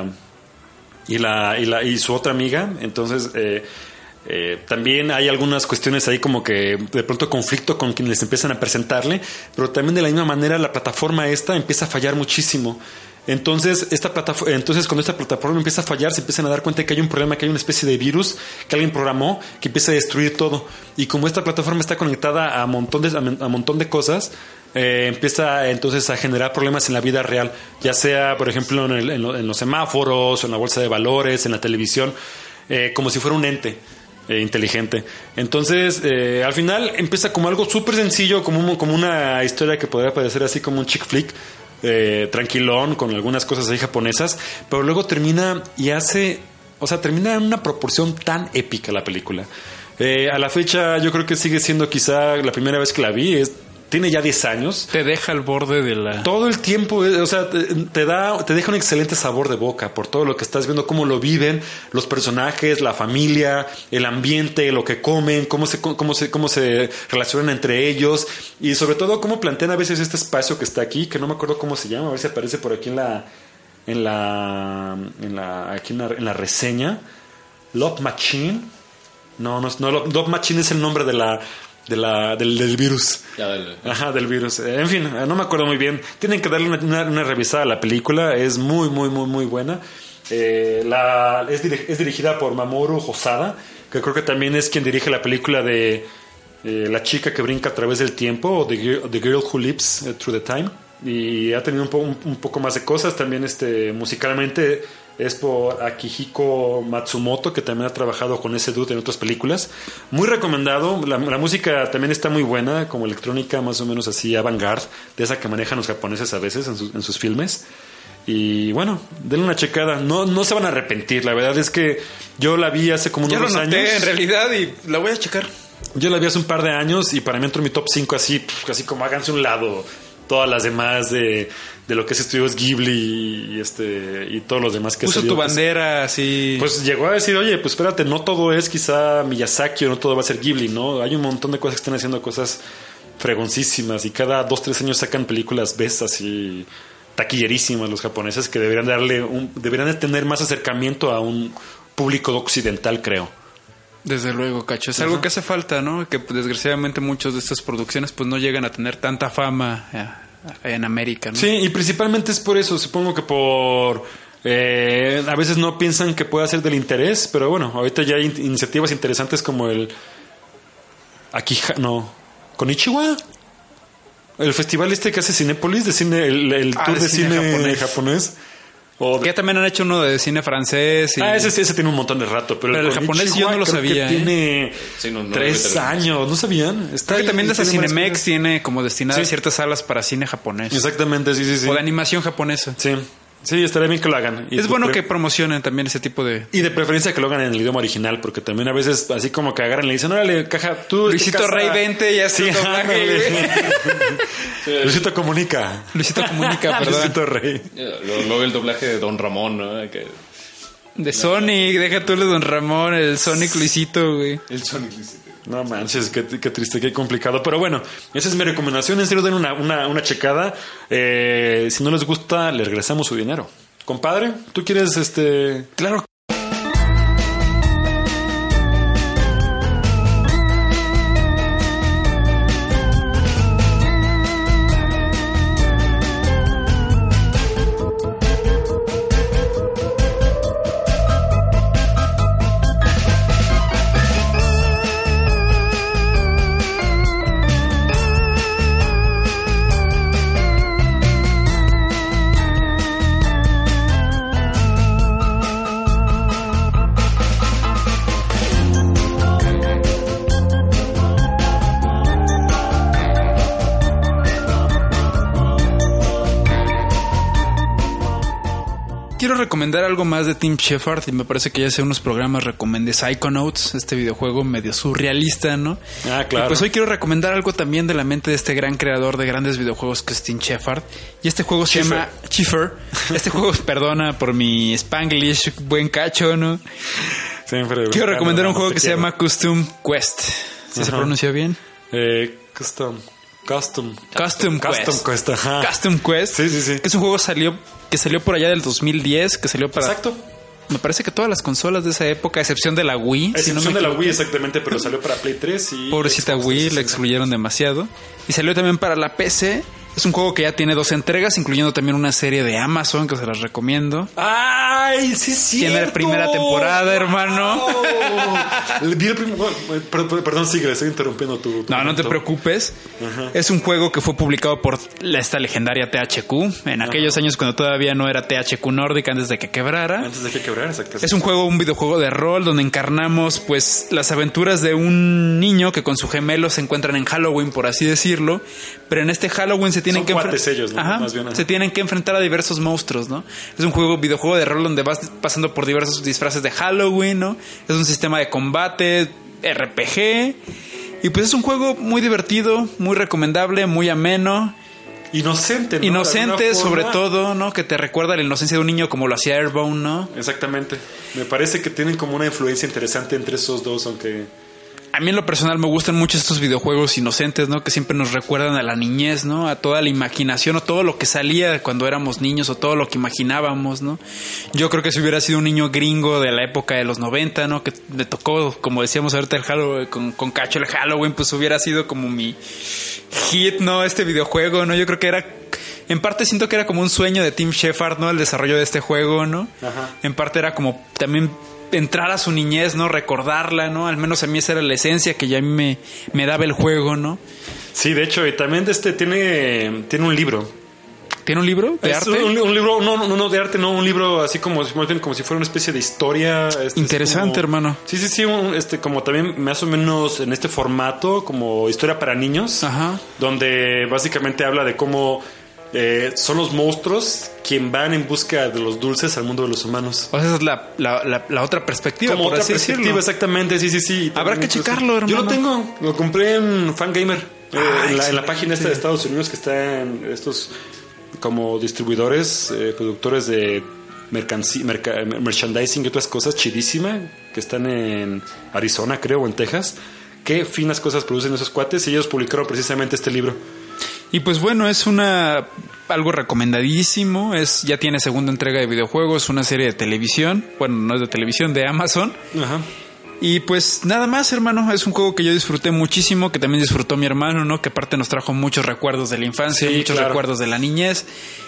y la y, la, y su otra amiga. Entonces eh, eh, también hay algunas cuestiones ahí como que de pronto conflicto con quienes empiezan a presentarle, pero también de la misma manera la plataforma esta empieza a fallar muchísimo. Entonces, esta plataforma, entonces cuando esta plataforma empieza a fallar, se empiezan a dar cuenta que hay un problema, que hay una especie de virus que alguien programó que empieza a destruir todo. Y como esta plataforma está conectada a montón de, a montón de cosas, eh, empieza entonces a generar problemas en la vida real, ya sea, por ejemplo, en, el, en, lo, en los semáforos, en la bolsa de valores, en la televisión, eh, como si fuera un ente. Eh, inteligente. Entonces, eh, al final empieza como algo súper sencillo, como, un, como una historia que podría parecer así como un chick flick, eh, tranquilón, con algunas cosas ahí japonesas, pero luego termina y hace, o sea, termina en una proporción tan épica la película. Eh, a la fecha, yo creo que sigue siendo quizá la primera vez que la vi, es tiene ya diez años. Te deja al borde de la... Todo el tiempo, o sea, te, te da, te deja un excelente sabor de boca por todo lo que estás viendo, cómo lo viven los personajes, la familia, el ambiente, lo que comen, cómo se, cómo se, cómo se relacionan entre ellos y sobre todo cómo plantean a veces este espacio que está aquí, que no me acuerdo cómo se llama, a ver si aparece por aquí en la, en la, en la, aquí en la, en la reseña. Love Machine. No, no, no, Love Machine es el nombre de la de la del, del virus. Ya, dale. Ajá, del virus. En fin, no me acuerdo muy bien. Tienen que darle una, una, una revisada a la película. Es muy, muy, muy, muy buena. Eh, la, es, dir, es dirigida por Mamoru Hosoda, que creo que también es quien dirige la película de eh, La chica que brinca a través del tiempo, o The Girl, The Girl Who Lives Through the Time. Y ha tenido un, po, un, un poco más de cosas. También este musicalmente es por Akihiko Matsumoto, que también ha trabajado con ese dude en otras películas. Muy recomendado. La, la música también está muy buena, como electrónica más o menos así avant-garde, de esa que manejan los japoneses a veces en, su, en sus filmes. Y bueno, denle una checada. No, no se van a arrepentir. La verdad es que yo la vi hace como unos ya dos lo noté, años. En realidad, y la voy a checar. Yo la vi hace un par de años y para mí entró en mi top cinco así, así como háganse un lado todas las demás de, de lo que es Estudios Ghibli y este y todos los demás que puso salió, tu pues, bandera así. Pues llegó a decir, oye, pues espérate, no todo es quizá Miyazaki o no todo va a ser Ghibli, ¿no? Hay un montón de cosas que están haciendo cosas fregoncísimas y cada dos, tres años sacan películas bestas y taquillerísimas los japoneses que deberían darle un, deberían de tener más acercamiento a un público occidental, creo. Desde luego, Cacho. Es Ajá. algo que hace falta, ¿no? Que pues, desgraciadamente muchas de estas producciones pues no llegan a tener tanta fama eh, en América, ¿no? Sí, y principalmente es por eso, supongo que por Eh, a veces no piensan que pueda ser del interés, pero bueno, ahorita ya hay in- iniciativas interesantes como el aquí no Konichiwa, el festival este que hace Cinépolis de cine, el, el Ah, tour de de, cine cine, japonés. japonés. O de- Que también han hecho uno de cine francés. Y... Ah, ese, ese tiene un montón de rato, pero, Pero el japonés Konichiwa yo no lo creo que sabía, ¿eh? Tiene Sí, no, no tres lo años, ¿no sabían? Está Creo que también de esa tiene varias Cinemex cosas. tiene como destinadas Sí. ciertas salas para cine japonés. Exactamente, sí, sí, sí. O de animación japonesa. Sí, sí, estaría bien que lo hagan. Y Es de bueno pre- que promocionen también ese tipo de... Y de preferencia que lo hagan en el idioma original, porque también a veces así como que agarran y le dicen, órale, caja, tú... Luisito casa- Rey, vente y haz tu Sí, doblaje, ándale. güey. Luisito comunica. Luisito Comunica, perdón. Luisito Rey. Luego, luego el doblaje de Don Ramón, ¿no? Que De Sonic, deja tú el de Don Ramón, el Sonic Luisito, güey. el Sonic. No manches, qué, qué triste, qué complicado. Pero bueno, esa es mi recomendación. En serio, den una, una, una checada. Eh, si no les gusta, le regresamos su dinero. Compadre, ¿tú quieres este...? Claro. Quiero recomendar algo más de Tim Shepard y me parece que ya hace unos programas recomendé Psychonauts, este videojuego medio surrealista, ¿no? Ah, claro. Y pues hoy quiero recomendar algo también de la mente de este gran creador de grandes videojuegos que es Tim Shepard. Y este juego se Schiffer. llama Schiffer. Este juego, perdona por mi Spanglish, buen cacho, ¿no? Siempre Quiero recomendar un no, juego te que se quiero. llama Custom Quest. ¿Sí se Ajá. pronuncia bien? Eh, custom. Custom. Custom Quest. Custom Quest, ajá. Custom Quest. Sí, sí, sí. Que es un juego salió, que salió por allá del dos mil diez, que salió para... Exacto. Me parece que todas las consolas de esa época, a excepción de la Wii. A si no excepción me de la equivoco. Wii, exactamente, pero salió para Play tres y... Pobrecita Xbox Wii, la trescientos sesenta. excluyeron demasiado. Y salió también para la P C. Es un juego que ya tiene dos entregas, incluyendo también una serie de Amazon que se las recomiendo. ¡Ay, sí es cierto! Tiene la primera temporada, hermano. Wow. Vi el prim- bueno, perdón, perdón, sigue, estoy interrumpiendo tu... tu No, no te punto. preocupes. Ajá. Es un juego que fue publicado por la- esta legendaria T H Q en aquellos años cuando todavía no era T H Q Nordic, antes de que quebrara. Antes de que quebrar, exacto. Es un juego, un videojuego de rol donde encarnamos pues las aventuras de un niño que con su gemelo se encuentran en Halloween, por así decirlo. Pero en este Halloween se tienen Son que enfren- cuates ellos, ¿no? Ajá, Más bien, ajá. se tienen que enfrentar a diversos monstruos, ¿no? Es un juego, videojuego de rol donde vas pasando por diversos disfraces de Halloween, ¿no? Es un sistema de combate, R P G. Y pues es un juego muy divertido, muy recomendable, muy ameno. Inocente, ¿no? De Inocente, alguna sobre forma. todo, ¿no? Que te recuerda la inocencia de un niño como lo hacía Airbound, ¿no? Exactamente. Me parece que tienen como una influencia interesante entre esos dos, aunque... A mí en lo personal me gustan mucho estos videojuegos inocentes, ¿no? Que siempre nos recuerdan a la niñez, ¿no? A toda la imaginación o todo lo que salía cuando éramos niños o todo lo que imaginábamos, ¿no? Yo creo que si hubiera sido un niño gringo de la época de los noventa, ¿no? Que me tocó, como decíamos ahorita, el Halloween, con, con Cacho el Halloween, pues hubiera sido como mi hit, ¿no? Este videojuego, ¿no? Yo creo que era... En parte siento que era como un sueño de Tim Shepard, ¿no? El desarrollo de este juego, ¿no? Ajá. En parte era como también entrar a su niñez, ¿no? Recordarla, ¿no? Al menos a mí esa era la esencia que ya a mí me, me daba el juego, ¿no? Sí, de hecho, y también de este tiene, tiene un libro. ¿Tiene un libro de Es arte? Un, un libro, no, no, no de arte, no, un libro así como, más bien como si fuera una especie de historia. Este, Interesante, es como- hermano. Sí, sí, sí, un- este, como también más o menos en este formato, como historia para niños. Ajá. Donde básicamente habla de cómo eh, son los monstruos quien van en busca de los dulces al mundo de los humanos. O sea, esa es la, la, la, la otra perspectiva, Como por otra así perspectiva, decirlo. exactamente, sí, sí, sí. Habrá También, que pues, checarlo, Yo lo hermano. tengo, lo compré en Fangamer, eh, Ah, en, la, en la excelente. página esta de Estados Unidos que está en estos como distribuidores, eh, productores de mercanci- merca- merchandising y otras cosas chidísima, que están en Arizona, creo, o en Texas. Qué finas cosas producen esos cuates y ellos publicaron precisamente este libro. Y pues bueno, es una algo recomendadísimo. Es ya tiene segunda entrega de videojuegos, una serie de televisión. Bueno, no es de televisión, de Amazon. Ajá. Y pues nada más, hermano, es un juego que yo disfruté muchísimo, que también disfrutó mi hermano, ¿no? Que aparte nos trajo muchos recuerdos de la infancia, Sí, muchos claro. recuerdos de la niñez.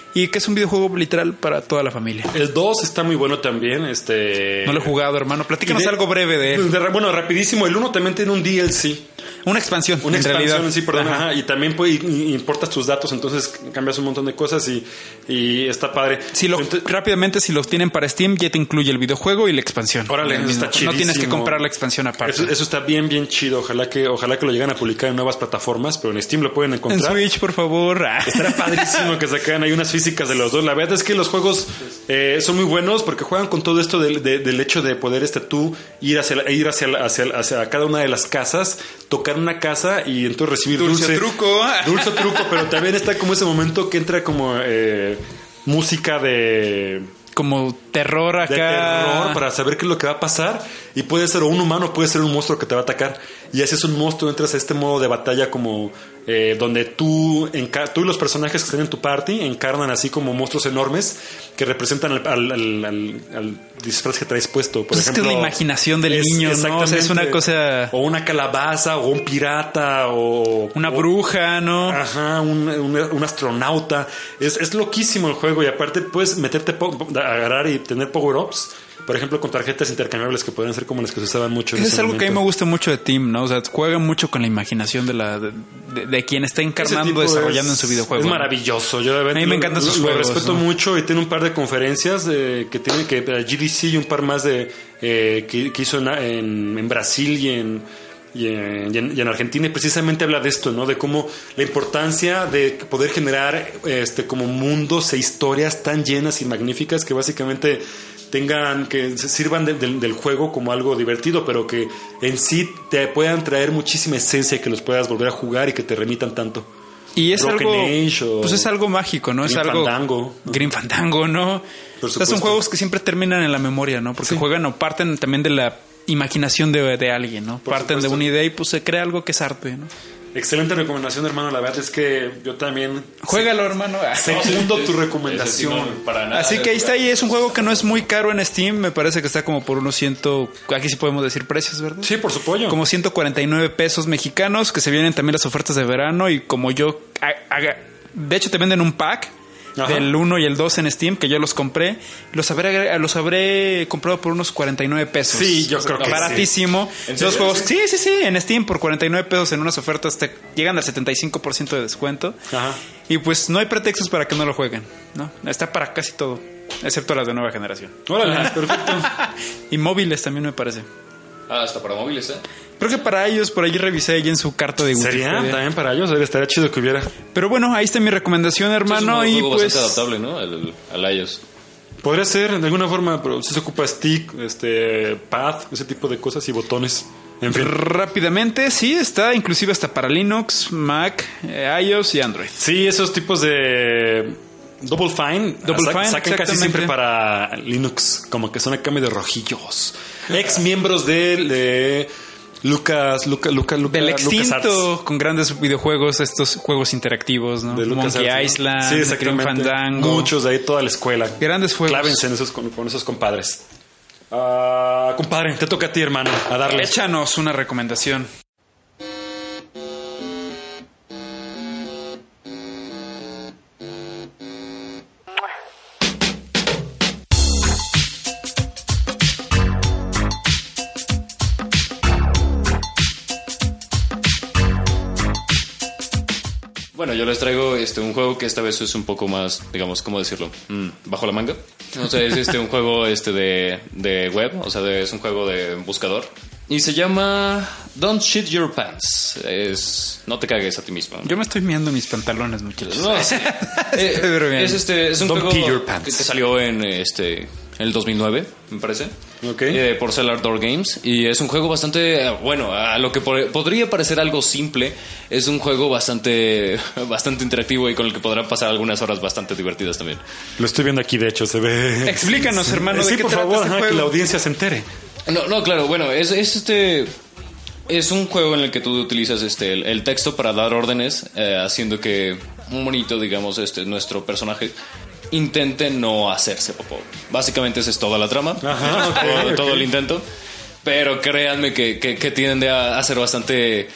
y que es un videojuego literal para toda la familia. El dos está muy bueno también. Este... No lo he jugado, hermano. Platícanos de, algo breve de él. De, bueno, rapidísimo. El uno también tiene un D L C. Una expansión, Una en expansión, realidad. sí, perdón. Ajá. Y también puede, y, importas tus datos, entonces cambias un montón de cosas y, y está padre. Si lo, entonces, rápidamente, si los tienen para Steam, ya te incluye el videojuego y la expansión. Órale, eso está chidísimo. No tienes que comprar la expansión aparte. Eso, eso está bien, bien chido. Ojalá que, ojalá que lo lleguen a publicar en nuevas plataformas, pero en Steam lo pueden encontrar. En Switch, por favor. Estará padrísimo que sacaran ahí unas físicas de los dos. La verdad es que los juegos eh, son muy buenos porque juegan con todo esto del, de, del hecho de poder este tú ir hacia ir hacia, hacia, hacia cada una de las casas, tocar una casa y entonces recibir dulce. Dulce truco. Dulce truco, pero también está como ese momento que entra como eh, música de... Como terror acá. De terror para saber qué es lo que va a pasar. Y puede ser o un humano, puede ser un monstruo que te va a atacar. Y así es un monstruo, entras a este modo de batalla como eh, donde tú, enca- tú y los personajes que están en tu party encarnan así como monstruos enormes que representan al, al, al, al, al disfraz que traes puesto. Por pues ejemplo, es que es la imaginación del es, niño, ¿no? O sea, es una cosa... O una calabaza, o un pirata, o... Una o, bruja, ¿no? Ajá, un, un, un astronauta. Es, es loquísimo el juego y aparte puedes meterte, po- agarrar y tener power-ups. Por ejemplo, con tarjetas intercambiables que podrían ser como las que se usaban mucho. Eso en es ese algo momento. que a mí me gusta mucho de Team, ¿no? O sea, juegan mucho con la imaginación de la de, de, de quien está encarnando, desarrollando es, en su videojuego. Es ¿no? maravilloso. Yo, a mí me encantan sus lo, juegos. Lo respeto ¿no? mucho y tiene un par de conferencias eh, que tiene que G D C y un par más de eh, que, que hizo en, en, en Brasil y en Y en, y, en, y en Argentina, y precisamente habla de esto, ¿no? De cómo la importancia de poder generar este como mundos e historias tan llenas y magníficas que básicamente tengan, que se sirvan de, de, del juego como algo divertido, pero que en sí te puedan traer muchísima esencia y que los puedas volver a jugar y que te remitan tanto. Y es Broken algo, Age o pues es algo mágico, ¿no? Grim es algo Fandango. Grim Fandango, ¿no? Por o sea, son juegos que siempre terminan en la memoria, ¿no? Porque Sí. juegan o parten también de la imaginación de, de alguien, ¿no? Por Parten supuesto. de una idea y pues se crea algo que es arte, ¿no? Excelente recomendación, hermano. La verdad es que yo también Juégalo, hermano. segundo tu Ese sí recomendación. no, para nada. Así que ahí está, y es un juego que no es muy caro en Steam. Me parece que está como por unos ciento... Aquí sí podemos decir precios, ¿verdad? Sí, por su pollo. Como ciento cuarenta y nueve pesos mexicanos, que se vienen también las ofertas de verano. Y como yo... haga- de hecho, te venden un pack Ajá. del uno y el dos en Steam, que yo los compré. Los habré, los habré comprado por unos cuarenta y nueve pesos. Sí, yo creo que baratísimo. ¿En Los serio? juegos, sí, sí, sí, en Steam por cuarenta y nueve pesos en unas ofertas te llegan al setenta y cinco por ciento de descuento. Ajá. Y pues no hay pretextos para que no lo jueguen, ¿no? Está para casi todo, excepto las de nueva generación. Órale, perfecto. Y móviles también me parece. Ah, hasta para móviles, ¿eh? Creo que para ellos, por allí revisé ahí en su carta de ¿Sería? Wikipedia. También para ellos, estaría chido que hubiera. Pero bueno, ahí está mi recomendación, hermano. es un Y juego pues bastante adaptable, ¿no? Al, al iOS. Podría ser de alguna forma, pero si se ocupa stick, este, pad, ese tipo de cosas y botones. En fin. rápidamente, sí, está inclusive hasta para Linux, Mac, eh, iOS y Android. Sí, esos tipos de Double Fine, Double sa- Fine, sacan casi exactamente. siempre para Linux, como que son a cambio de rojillos. Ex miembros de, de Lucas, Luca, Luca, Luca, Del LucasArts. extinto con grandes videojuegos, estos juegos interactivos, ¿no? De LucasArts, Monkey ¿no? Island, Sí, Grim exactamente. Fandango. Muchos de ahí, toda la escuela. Grandes juegos. Clávense en esos, con, con esos compadres. Ah, compadre, te toca a ti, hermano, a darle. Échanos una recomendación. Bueno, yo les traigo este un juego que esta vez es un poco más, digamos, ¿cómo decirlo? Mm, bajo la manga. O sea, es este un juego este de, de web, o sea, de- es un juego de buscador. Y se llama Don't Shit Your Pants. Es no te cagues a ti mismo. Yo me estoy mirando mis pantalones, muchachos. No, sí. Eh, Pero bien. es este es un Don't juego pee your que, pants. que salió en este en el dos mil nueve, me parece. Ok. Eh, por Cellar Door Games. Y es un juego bastante, eh, bueno, a lo que por- podría parecer algo simple, es un juego bastante, bastante interactivo y con el que podrán pasar algunas horas bastante divertidas también. Lo estoy viendo aquí, de hecho, se ve. Explícanos, hermano, Sí, ¿de qué por trata favor, este ajá, que juego? la audiencia se entere. No, no, claro, bueno, es, es este... Es un juego en el que tú utilizas este el, el texto para dar órdenes, eh, haciendo que un monito, digamos, este nuestro personaje intente no hacerse popó. Básicamente esa es toda la trama, Ajá, ok, todo, ok. todo el intento. Pero créanme que, que, que tienden a, a ser bastante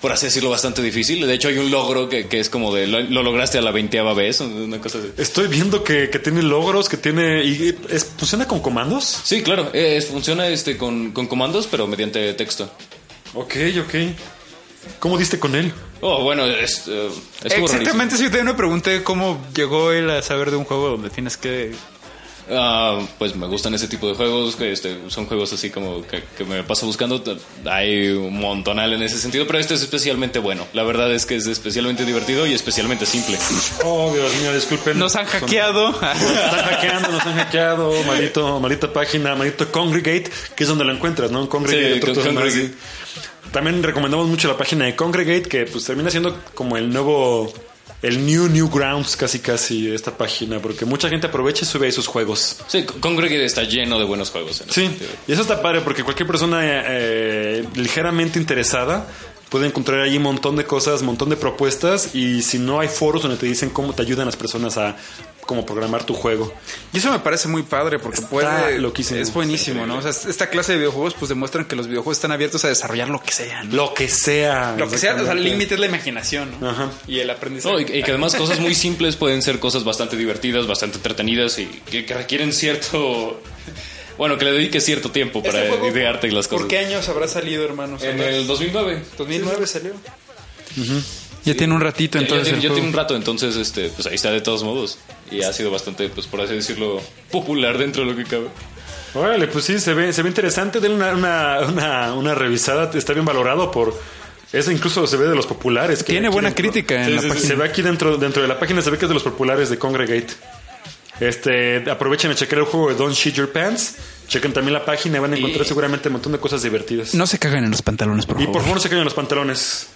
por así decirlo, bastante difícil. De hecho, hay un logro que, que es como de lo, lo lograste a la veinteava vez, una cosa así. Estoy viendo que, que tiene logros, que tiene... Y es, ¿funciona con comandos? Sí, claro. Es, funciona este con, con comandos, pero mediante texto. Ok, ok. ¿Cómo diste con él? Oh, bueno, es, uh, exactamente, si usted me pregunté cómo llegó él a saber de un juego donde tienes que... Uh, pues me gustan ese tipo de juegos, que este, son juegos así como que, que me paso buscando. Hay un montonal en ese sentido, pero este es especialmente bueno. La verdad es que es especialmente divertido y especialmente simple. Oh, Dios mío, disculpen. Nos han hackeado. Nos están hackeando, nos han hackeado. Maldito, maldita página, maldito Congregate, que es donde lo encuentras, ¿no? Congregate. Sí, con, Congregate. También recomendamos mucho la página de Congregate, que pues termina siendo como el nuevo... El New Newgrounds, casi casi, esta página, porque mucha gente aprovecha y sube ahí sus juegos. Sí, Congregate está lleno de buenos juegos. En sí, y eso está padre, porque cualquier persona eh, ligeramente interesada puede encontrar ahí un montón de cosas, un montón de propuestas, y si no hay foros donde te dicen cómo te ayudan las personas a cómo programar tu juego. Y eso me parece muy padre, porque está puede... loquísimo. Es buenísimo, ¿no? O sea, esta clase de videojuegos pues demuestran que los videojuegos están abiertos a desarrollar lo que sea, ¿no? Lo que sea. Lo que sea, o sea, el límite es la imaginación, ¿no? Ajá. Y el aprendizaje. Oh, y, y que además cosas muy simples pueden ser cosas bastante divertidas, bastante entretenidas y que, que requieren cierto... Bueno, que le dedique cierto tiempo para ¿Este idearte las cosas. ¿Por qué años habrá salido, hermanos? En el dos mil nueve. dos mil nueve salió. Uh-huh. Ya sí. Tiene un ratito, entonces. Ya, ya, tiene, ya tiene un rato, entonces, este, pues ahí está de todos modos. Y ha sido bastante, pues por así decirlo, popular dentro de lo que cabe. Órale, pues sí, se ve, se ve interesante. Denle una, una, una, una revisada. Está bien valorado por... Eso incluso se ve de los populares. Que tiene buena dentro, crítica en sí, la sí, página. Se ve aquí dentro, dentro de la página, se ve que es de los populares de Congregate. Este, aprovechen a checar el juego de Don't Shit Your Pants. Chequen también la página y van a encontrar y... seguramente un montón de cosas divertidas. No se cagan en los pantalones, por favor. Y por favor no se cagan en los pantalones.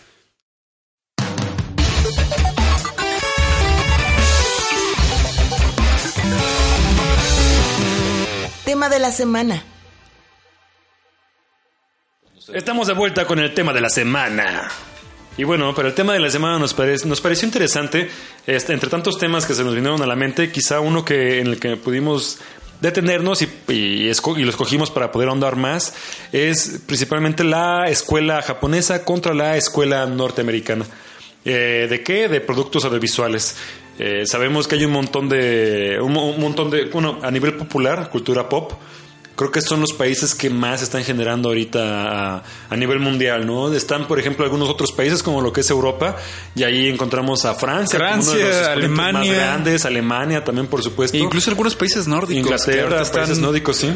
Tema de la semana. Estamos de vuelta con el tema de la semana. Y bueno, pero el tema de la semana nos, parece, nos pareció interesante. Este, entre tantos temas que se nos vinieron a la mente, quizá uno que en el que pudimos detenernos y, y, esco- y lo escogimos para poder ahondar más es principalmente la escuela japonesa contra la escuela norteamericana. Eh, ¿De qué? De productos audiovisuales. Eh, sabemos que hay un montón de... Un, un montón de... Bueno, a nivel popular, cultura pop... Creo que son los países que más están generando ahorita a, a nivel mundial, ¿no? Están, por ejemplo, algunos otros países como lo que es Europa, y ahí encontramos a Francia, Francia, uno de los Alemania, más grandes, Alemania también, por supuesto. E incluso algunos países nórdicos. Inglaterra, están... países nórdicos, sí.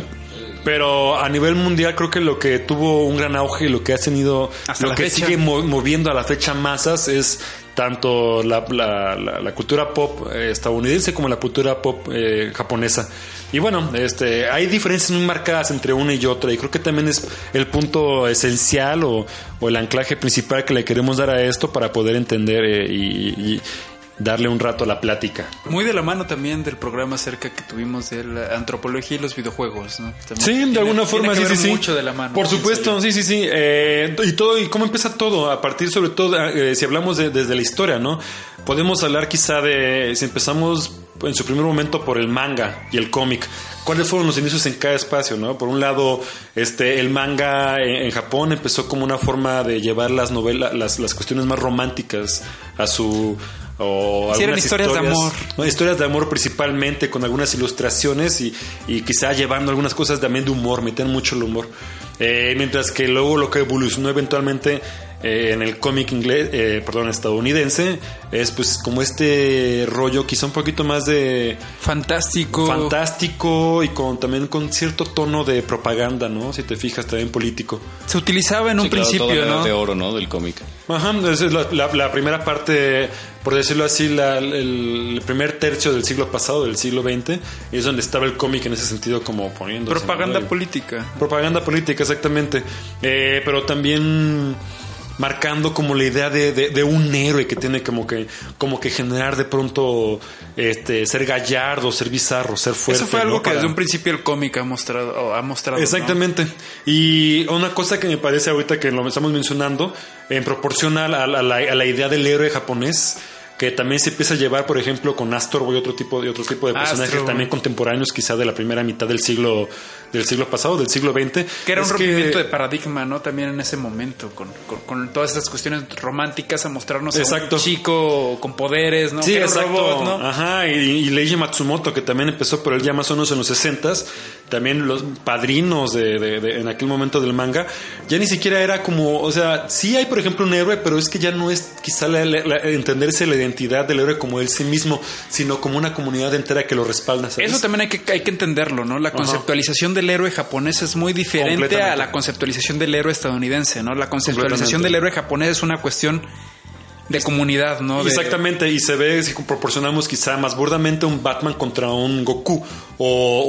Pero a nivel mundial creo que lo que tuvo un gran auge y lo que ha tenido, hasta lo la que fecha. sigue mo- moviendo a la fecha masas es tanto la, la, la, la cultura pop eh, estadounidense como la cultura pop eh, japonesa. Y bueno, este, hay diferencias muy marcadas entre una y otra, y creo que también es el punto esencial o, o el anclaje principal que le queremos dar a esto para poder entender eh, y, y darle un rato a la plática. Muy de la mano también del programa acerca que tuvimos de la antropología y los videojuegos, ¿no? También sí, de tiene, alguna forma, tiene que sí, ver sí, sí. mucho de la mano. Por supuesto, sí, sí, sí. Eh, y todo, y cómo empieza todo, a partir sobre todo, eh, si hablamos de, desde la historia, ¿no? Podemos hablar quizá de, si empezamos en su primer momento por el manga y el cómic. ¿Cuáles fueron los inicios en cada espacio, no? Por un lado, este, el manga en, en Japón empezó como una forma de llevar las novelas, las, las cuestiones más románticas a su... O sí, eran historias, historias de amor. ¿no? Historias de amor principalmente, con algunas ilustraciones y, y quizá llevando algunas cosas también de humor, metían mucho el humor. Eh, mientras que luego lo que evolucionó eventualmente eh, en el cómic inglés, eh, perdón, estadounidense, es pues como este rollo quizá un poquito más de... Fantástico. Fantástico y con también con cierto tono de propaganda, ¿no? Si te fijas, también político. Se utilizaba en sí, un claro, principio, toda la ¿no? edad de oro, ¿no? Del cómic. Ajá, esa es la, la, la primera parte, por decirlo así, la, el, el primer tercio del siglo pasado, del siglo veinte, es donde estaba el cómic en ese sentido como poniendo... Propaganda ¿no? política. Propaganda política, exactamente. Eh, pero también... marcando como la idea de, de, de un héroe que tiene como que como que generar de pronto este ser gallardo, ser bizarro, ser fuerte. Eso fue algo ¿no? que Para... desde un principio el cómic ha mostrado, ha mostrado. Exactamente. ¿no? Y una cosa que me parece ahorita que lo estamos mencionando, en proporción a la, a la, a la idea del héroe japonés, que también se empieza a llevar, por ejemplo, con Astor Boy, otro tipo de otro tipo de personajes Astro, también güey. contemporáneos, quizá de la primera mitad del siglo del siglo pasado, del siglo veinte. Que era un Es rompimiento de paradigma, ¿no? También en ese momento, con, con, con todas estas cuestiones románticas, a mostrarnos Exacto. a un chico con poderes, ¿no? Sí, Que era un exacto. robot, ¿no? Ajá, y, y Leiji Matsumoto, que también empezó por él ya más o menos en los sesentas, también los padrinos de, de, de en aquel momento del manga, ya ni siquiera era como, o sea, sí hay por ejemplo un héroe, pero es que ya no es quizá la, la, la, entenderse la identidad del héroe como él sí mismo, sino como una comunidad entera que lo respalda, ¿sabes? Eso también hay que, hay que entenderlo, ¿no? La Ajá. conceptualización del héroe japonés es muy diferente Completamente. a la conceptualización del héroe estadounidense, ¿no? La conceptualización Completamente. del héroe japonés es una cuestión de comunidad, ¿no? De- Exactamente, y se ve si proporcionamos quizá más burdamente un Batman contra un Goku o,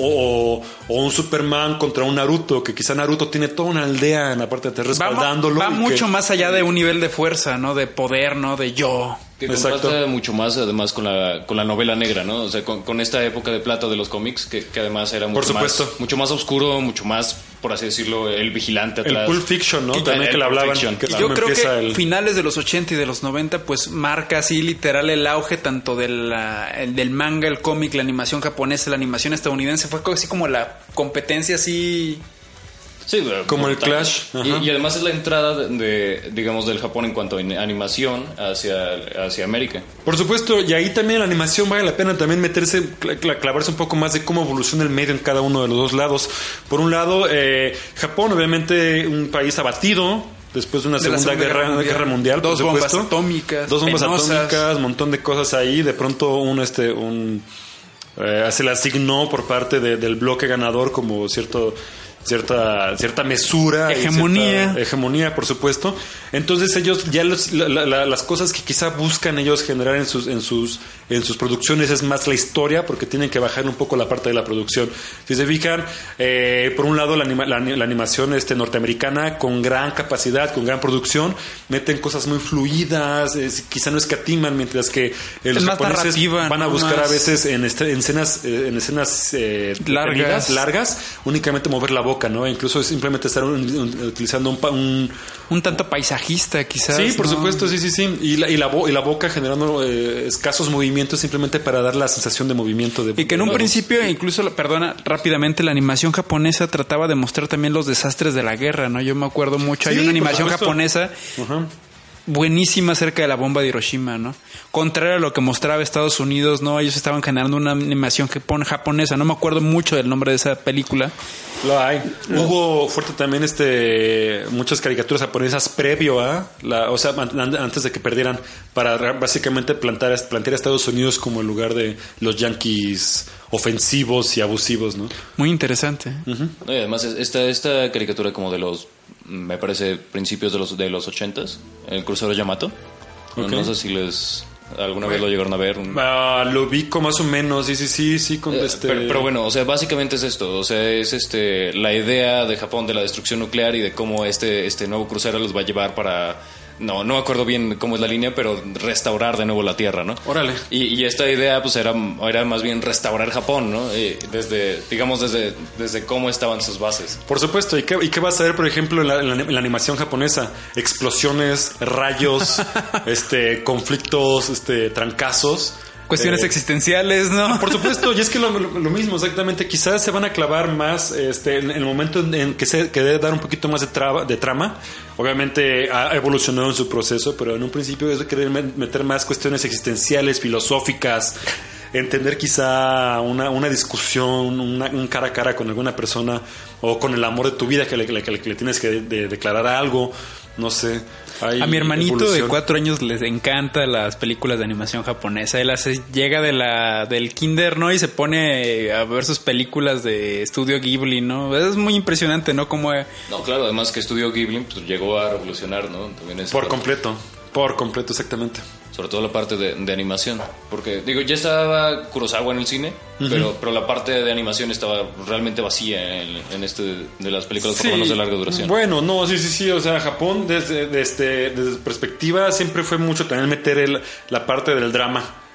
o, o un Superman contra un Naruto, que quizá Naruto tiene toda una aldea en la parte de atrás va, respaldándolo. va y mucho que- más allá de un nivel de fuerza, ¿no? De poder, ¿no? De yo. Que Exacto. contrasta mucho más además con la, con la novela negra, ¿no? O sea, con, con esta época de plata de los cómics, que, que además era mucho supuesto. más, mucho más oscuro, mucho más, por así decirlo, el vigilante El atrás. Pulp Fiction, ¿no? Y- También el que le Pulp hablaban. Fiction. Que Y es yo como creo que empieza el- finales de los ochenta y de los noventa pues marca así literal el auge tanto de la- el del manga, el cómic, la animación japonesa, la animación estadounidense. Fue así como la competencia así... Sí, pero- Como el brutal. Clash, Y, ajá. y además es la entrada de, de, digamos, del Japón en cuanto a in- animación hacia, hacia América. Por supuesto, y ahí también la animación vale la pena también meterse, cla- cla- clavarse un poco más de cómo evoluciona el medio en cada uno de los dos lados. Por un lado, eh, Japón, obviamente, un país abatido después de una De la segunda, Segunda guerra, Guerra Mundial. guerra mundial, por Dos bombas supuesto. atómicas, Dos bombas penosas. atómicas, montón de cosas ahí. De pronto, un este, un eh, se le asignó por parte de- del bloque ganador como cierto cierta cierta mesura y Hegemonía. cierta hegemonía, por supuesto. Entonces ellos ya los- la- la- las cosas que quizá buscan ellos generar en sus en sus en sus producciones es más la historia, porque tienen que bajar un poco la parte de la producción. Si se fijan, eh, por un lado la, anima- la, la animación este norteamericana con gran capacidad, con gran producción, meten cosas muy fluidas, eh, quizá no escatiman, mientras que eh, los Es más japoneses narrativa, van a ¿no? buscar Más- a veces en, este- en escenas eh, en escenas eh, Largas. detenidas, largas, únicamente mover la boca, ¿no? Incluso simplemente estar un- un- utilizando un, pa- un Un tanto paisajista, quizás. sí, por ¿no? supuesto, sí, sí, sí, y la, y la, bo- y la boca generando eh, escasos movimientos simplemente para dar la sensación de movimiento de Y que en un de- principio, incluso, perdona, rápidamente, la animación japonesa trataba de mostrar también los desastres de la guerra, ¿no? Yo me acuerdo mucho. Hay Sí, una por animación supuesto. japonesa Ajá. buenísima acerca de la bomba de Hiroshima, ¿no? Contrario a lo que mostraba Estados Unidos, ¿no? Ellos estaban generando una animación japon- japonesa. No me acuerdo mucho del nombre de esa película. Lo hay. Hubo fuerte también este muchas caricaturas japonesas previo a la, o sea, an- an- antes de que perdieran, para ra- básicamente plantar plantear a Estados Unidos como el lugar de los yanquis ofensivos y abusivos, ¿no? Muy interesante. No, y además es- esta, esta caricatura como de los, me parece, principios de los de los ochentas, el crucero Yamato. No- Ok. No sé si les alguna vez lo llegaron a ver. un- Ah, lo vi como más o menos, sí, sí, sí, sí, con Eh, este... pero, pero bueno, o sea, básicamente es esto, o sea, es este la idea de Japón de la destrucción nuclear y de cómo este este nuevo crucero los va a llevar para, no no me acuerdo bien cómo es la línea, pero restaurar de nuevo la Tierra, ¿no? Órale. Y, y esta idea pues era, era más bien restaurar Japón, ¿no? Y desde, digamos, desde, desde cómo estaban sus bases. Por supuesto, ¿y qué, y qué vas a ver, por ejemplo, en la, en la- en la animación japonesa? Explosiones, rayos, este, conflictos, este, trancazos. Cuestiones Eh, existenciales, ¿no? Por supuesto, y es que lo, lo- lo mismo, exactamente. Quizás se van a clavar más este, en, en el momento en, en que se que debe dar un poquito más de, traba- de trama. Obviamente ha evolucionado en su proceso, pero en un principio es de querer me- meter más cuestiones existenciales, filosóficas, entender quizá una, una discusión, una- un cara a cara con alguna persona o con el amor de tu vida que le, que le- que le- que le tienes que de- declarar algo. No sé. hay A mi hermanito de evolución. cuatro años les encanta las películas de animación japonesa. Él hace, llega de la del kinder, ¿no? Y se pone a ver sus películas de estudio Ghibli, ¿no? Es muy impresionante, ¿no? Como No, claro, además que estudió Ghibli, pues llegó a revolucionar, ¿no? También es Por completo. Por completo, exactamente. sobre todo la parte de, de animación, porque digo, ya estaba Kurosawa en el cine, pero pero la parte de animación estaba realmente vacía en, en este de las películas por lo menos de larga duración. Bueno, no, sí, sí, sí. O sea, Japón, desde, desde, desde perspectiva, siempre fue mucho también meter el, la parte del drama.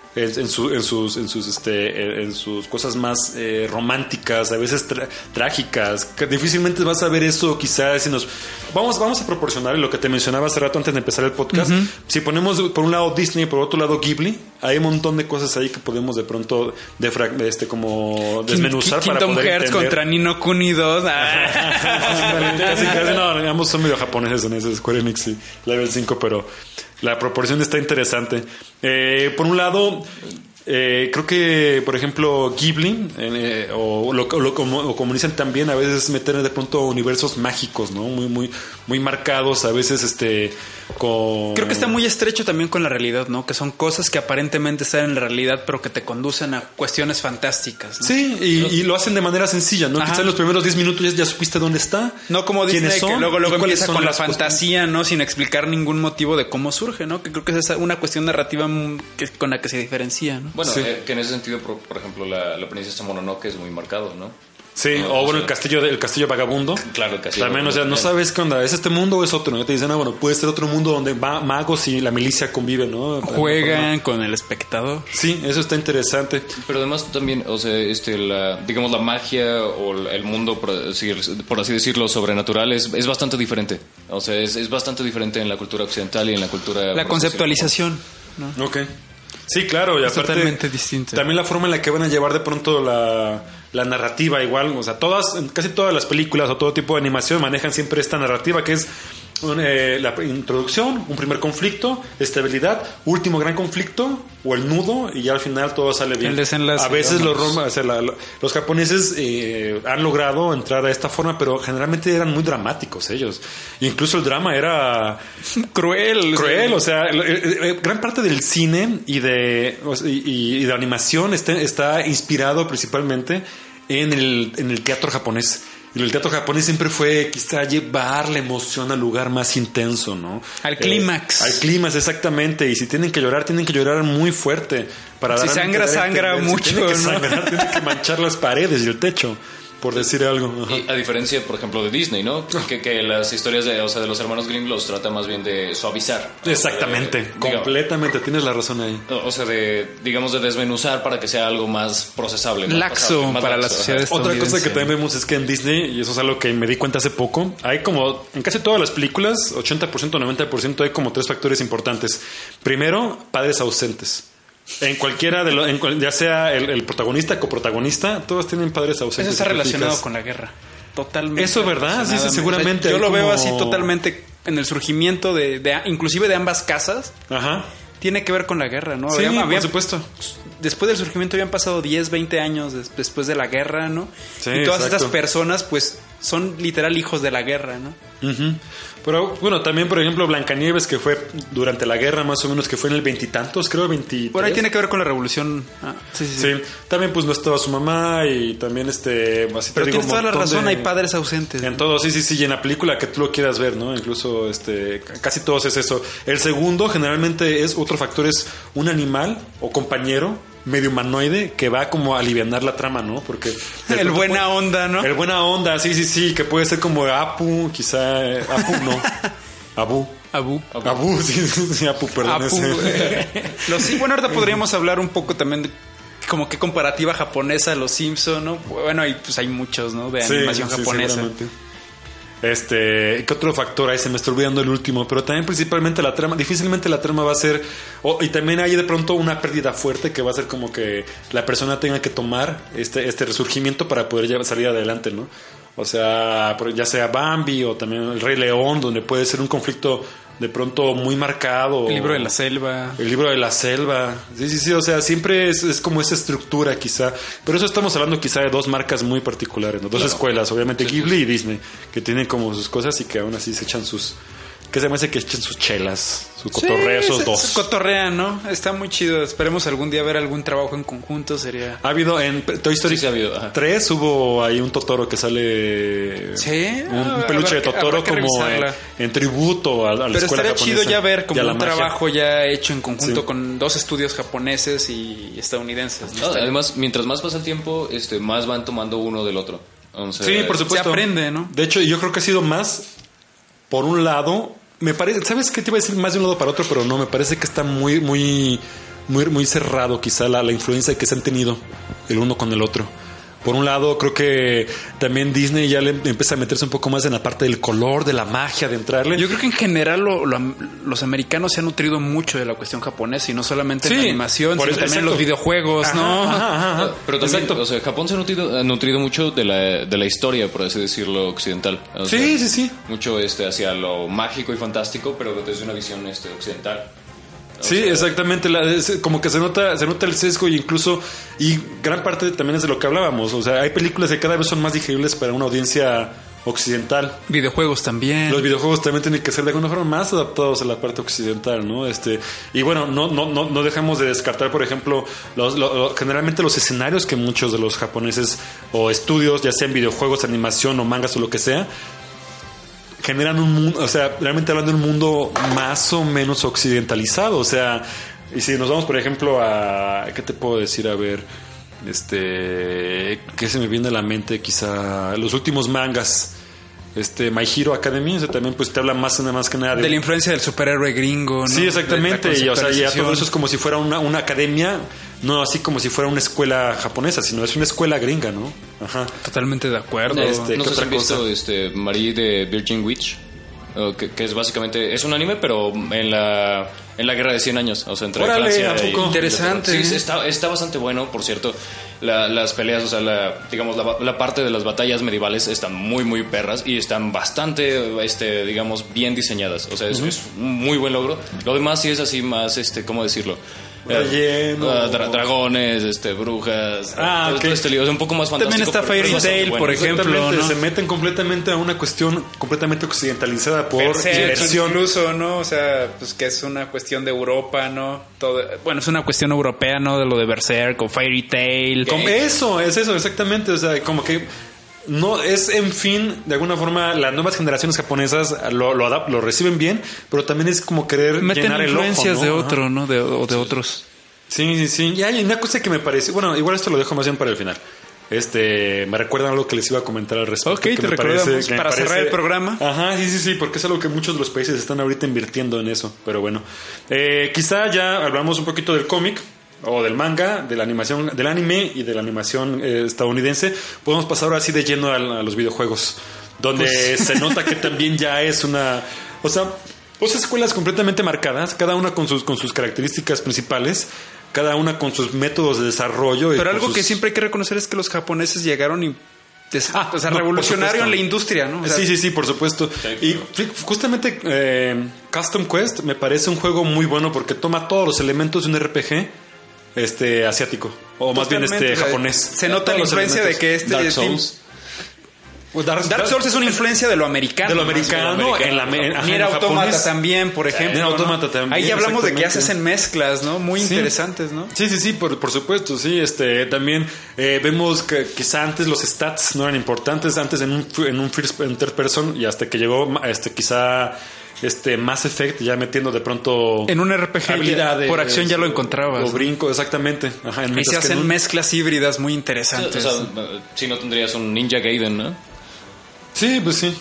En, en, su, en sus en sus este en sus cosas más eh, románticas, a veces tra- trágicas, que difícilmente vas a ver eso. Quizás si nos vamos vamos a proporcionar lo que te mencionaba hace rato antes de empezar el podcast. Uh-huh. Si ponemos por un lado Disney y por otro lado Ghibli, hay un montón de cosas ahí que podemos de pronto defra- de este como desmenuzar King, para Kingdom poder Hearts entender. Contra Ni no Kuni dos. casi, casi, no, ambos son medio japoneses en ese Square Enix y Level cinco, pero la proporción está interesante. Eh, por un lado, eh, creo que, por ejemplo, Ghibli, eh, o, lo, o, lo, como, o como dicen también, a veces meter de pronto universos mágicos, ¿no? Muy, muy, muy marcados, a veces este con... Creo que está muy estrecho también con la realidad, ¿no? Que son cosas que aparentemente están en la realidad, pero que te conducen a cuestiones fantásticas, ¿no? Sí, y, y lo hacen de manera sencilla, ¿no? Quizás en los primeros diez minutos ya, ya supiste dónde está. No como Disney, son, que luego, luego empieza con la fantasía, cuestiones. ¿no? Sin explicar ningún motivo de cómo surge, ¿no? Que creo que es una cuestión narrativa que, con la que se diferencia, ¿no? Bueno, sí. eh, que en ese sentido, por, por ejemplo, la, la princesa Mononoke es muy marcado, ¿no? Sí, no, o o bueno, sea, el castillo de, el castillo vagabundo. Claro, el castillo También, o sea, no sabes qué onda, ¿es este mundo o es otro? ¿No? Te dicen, ah, bueno, puede ser otro mundo donde va, magos y la milicia conviven, ¿no? Juegan con el espectador. Sí, eso está interesante. Pero además también, o sea, este, la, digamos, la magia o el mundo, por así, por así decirlo, sobrenatural es, es bastante diferente. O sea, es, es bastante diferente en la cultura occidental y en la cultura... La conceptualización, ¿no? Ok. Sí, claro, y es aparte totalmente distinto. También la forma en la que van a llevar de pronto la, la narrativa igual, o sea, todas, casi todas las películas o todo tipo de animación manejan siempre esta narrativa que es un, eh, la introducción, un primer conflicto, estabilidad, último gran conflicto o el nudo y ya al final todo sale bien. El desenlace. A veces los, vamos. o sea, la, la, los japoneses eh, han logrado entrar a esta forma, pero generalmente eran muy dramáticos ellos. Incluso el drama era cruel, cruel, o sea, el, el, el, gran parte del cine y de o sea, y, y de animación está, está inspirado principalmente en el, en el teatro japonés. Y el teatro japonés siempre fue quizá llevar la emoción al lugar más intenso, ¿no? Al clímax. Eh, al clímax, exactamente. Y si tienen que llorar, tienen que llorar muy fuerte. Para si dar sangra, a sangra entender. mucho, si tienen que ¿no? sangrar, tienen que manchar las paredes y el techo, por decir algo. Ajá. Y a diferencia, por ejemplo, de Disney, ¿no? Que, que las historias de, o sea, de los hermanos Grimm los trata más bien de suavizar. Exactamente, de, digamos, completamente, tienes la razón ahí. O sea, de, digamos, de desmenuzar para que sea algo más procesable. Más laxo pasable, más para laxo, la sociedad ajá. Otra cosa que también vemos es que en Disney, y eso es algo que me di cuenta hace poco, hay como, en casi todas las películas, ochenta por ciento, noventa por ciento, hay como tres factores importantes. Primero, padres ausentes. En cualquiera de los, en cual, ya sea el, el protagonista, coprotagonista, todos tienen padres ausentes. Eso está relacionado con la guerra. Totalmente. Eso, ¿verdad? Sí, sí, seguramente. O sea, yo lo como... veo así totalmente en el surgimiento de, de, inclusive de ambas casas. Ajá. Tiene que ver con la guerra, ¿no? Sí, había, por supuesto. Después del surgimiento habían pasado diez, veinte años des, después de la guerra, ¿no? Sí, y todas exacto. estas personas, pues, son literal hijos de la guerra, ¿no? Uh-huh. Pero bueno, también por ejemplo Blancanieves, que fue durante la guerra más o menos, que fue en el veintitantos, creo, veintitrés. Por ahí tiene que ver con la revolución. Ah, sí, sí, sí, sí. También pues no estaba su mamá y también este... Así Pero te digo, tienes toda la razón, de... hay padres ausentes. En todo, sí, sí, sí, y en la película que tú lo quieras ver, ¿no? Incluso este, casi todos es eso. El segundo generalmente es, otro factor es un animal o compañero medio humanoide que va como a alivianar la trama, ¿no? Porque el buena puede, onda, ¿no? El buena onda, sí, sí, sí, que puede ser como Apu, quizá eh, Apu no. Abu. Abu. Abu, Abu sí, sí, Apu, perdón. Apu. Lo, sí, bueno, ahorita podríamos hablar un poco también de como que comparativa japonesa a los Simpson, ¿no? Bueno, y pues hay muchos, ¿no? De animación sí, japonesa. Sí, Este, ¿qué otro factor hay? Se me está olvidando el último, pero también principalmente la trama. Difícilmente la trama va a ser, oh, y también hay de pronto una pérdida fuerte que va a ser como que la persona tenga que tomar este, este resurgimiento para poder ya salir adelante, ¿no? O sea, ya sea Bambi o también el Rey León, donde puede ser un conflicto de pronto muy marcado. El libro de la selva. El libro de la selva. Sí, sí, sí. O sea, siempre es, es como esa estructura quizá. Pero eso estamos hablando quizá de dos marcas muy particulares, ¿no? Dos claro. escuelas, obviamente sí, Ghibli sí. y Disney, que tienen como sus cosas y que aún así se echan sus... ¿Qué se me hace que echen sus chelas? Su cotorreo, sí, esos se, dos. Se cotorrean, ¿no? Está muy chido. Esperemos algún día ver algún trabajo en conjunto. Sería... Ha habido en Toy Story sí, sí ha habido. tres, hubo ahí un Totoro que sale... Sí. Un, un peluche de Totoro como en, en tributo a, a la Pero escuela estaría japonesa. chido ya ver como un magia. trabajo ya hecho en conjunto sí. con dos estudios japoneses y estadounidenses. ¿no? No, además, mientras más pasa el tiempo, este, más van tomando uno del otro. O sea, sí, por supuesto. Se aprende, ¿no? De hecho, yo creo que ha sido más, por un lado... Me parece, ¿sabes qué te iba a decir? Más de un lado para otro, pero no, me parece que está muy, muy, muy, muy cerrado quizá la, la influencia que se han tenido el uno con el otro. Por un lado, creo que también Disney ya le empieza a meterse un poco más en la parte del color, de la magia, de entrarle. Yo creo que en general lo, lo, los americanos se han nutrido mucho de la cuestión japonesa y no solamente Sí, en la animación, por sino eso, también en exacto. los videojuegos, Ajá, ¿no? ajá, ajá, ajá. Pero también, Exacto. o sea, Japón se ha nutrido, ha nutrido mucho de la, de la historia, por así decirlo, occidental. O sea, Sí, sí, sí. Mucho este, hacia lo mágico y fantástico, pero desde una visión este, occidental. O Sí, sea, exactamente. La, es como que se nota, se nota el sesgo y incluso, y gran parte también es de lo que hablábamos. O sea, hay películas que cada vez son más digeribles para una audiencia occidental. Videojuegos también. Los videojuegos también tienen que ser de alguna forma más adaptados a la parte occidental, ¿no? Este, y bueno, no, no, no, no dejamos de descartar, por ejemplo, los, lo- generalmente los escenarios que muchos de los japoneses o estudios, ya sean videojuegos, animación o mangas o lo que sea, generan un mundo, o sea, realmente hablando de un mundo más o menos occidentalizado. O sea, y si nos vamos, por ejemplo, a. ¿Qué te puedo decir? A ver. Este. ¿Qué se me viene a la mente? Quizá los últimos mangas. Este, My Hero Academia, o sea, también pues te habla más, nada más que nada de, De la influencia del superhéroe gringo, ¿no? Sí, exactamente. De la Y, o sea, ya conceptualización. todo eso es como si fuera una, una academia, no así como si fuera una escuela japonesa, sino es una escuela gringa, ¿no? Ajá. Totalmente de acuerdo. Este, no ¿qué sé si otra han visto cosa? este, Marie de Virgin Witch, o que, que es básicamente, es un anime, pero en la, en la guerra de cien años, o sea, entre Órale, Francia ¿a poco? y... Interesante, Sí, ¿eh? está, está bastante bueno, por cierto. La- las peleas, o sea, la, digamos, la, la parte de las batallas medievales están muy, muy perras y están bastante, este, digamos, bien diseñadas. O sea, es, es un muy buen logro. Lo demás sí es así más, este, ¿cómo decirlo? Relleno. Ah, dra- dragones, este, brujas. Ah, todo, ok. todo este lío. Es un poco más fantástico. También está pero- pero Fairy es bastante Tail, bueno. por ejemplo, Exactamente, ¿no? se meten completamente a una cuestión completamente occidentalizada por Berserk, inversión. incluso, ¿no? O sea, pues que es una cuestión de Europa, ¿no? Todo, bueno, es una cuestión europea, ¿no? De lo de Berserk o Fairy Tail. Como eso, es eso, exactamente. O sea, como que no es, en fin, de alguna forma, las nuevas generaciones japonesas lo, lo, adap- lo reciben bien, pero también es como querer Meten llenar el ojo, influencias ¿no? de Ajá. otro, ¿no? De, o de otros. Sí, sí, sí. Y hay una cosa que me parece. Bueno, igual esto lo dejo más bien para el final. Este, me recuerdan algo que les iba a comentar al respecto. Ok, que te me recordamos parece- que me para cerrar parece- el programa. Ajá, sí, sí, sí, porque es algo que muchos de los países están ahorita invirtiendo en eso. Pero bueno, eh, quizá ya hablamos un poquito del cómic o del manga, de la animación, del anime y de la animación eh, estadounidense. Podemos pasar ahora sí de lleno a, a los videojuegos, donde Pues se nota que también ya es una, o sea, dos escuelas completamente marcadas, cada una con sus con sus características principales. Cada una con sus métodos de desarrollo. y Pero con algo sus- que siempre hay que reconocer es que los japoneses llegaron y des- Ah, o sea, no, por revolucionaron supuesto. la industria, ¿no? O sea, sí, sí, sí, por supuesto. Y fi- justamente eh, Custom Quest me parece un juego muy bueno porque toma todos los elementos de un R P G este asiático o más bien totalmente, este o sea, japonés. Se nota Todos la los influencia de elementos. que este Dark team- Souls. Pues Dark, Dark Souls es una influencia de lo americano. de lo ¿no? americano en la me- ajá, Nier en Automata japonés. también, por ejemplo. Nier ¿no? Automata también, Ahí ya hablamos de que ya se exactamente. hacen mezclas, ¿no? Muy Sí. interesantes, ¿no? Sí, sí, sí, por, por supuesto, sí. Este, también eh, vemos que quizá antes los stats no eran importantes, antes en un, en un first en third person y hasta que llegó este quizá este Mass Effect ya metiendo de pronto En un R P G habilidades, por acción ya lo o- encontrabas. O brinco, exactamente. Ajá, Y mientras se que hacen en un- mezclas híbridas muy O interesantes. sea, si no tendrías un Ninja Gaiden, ¿no? Sí, pues sí.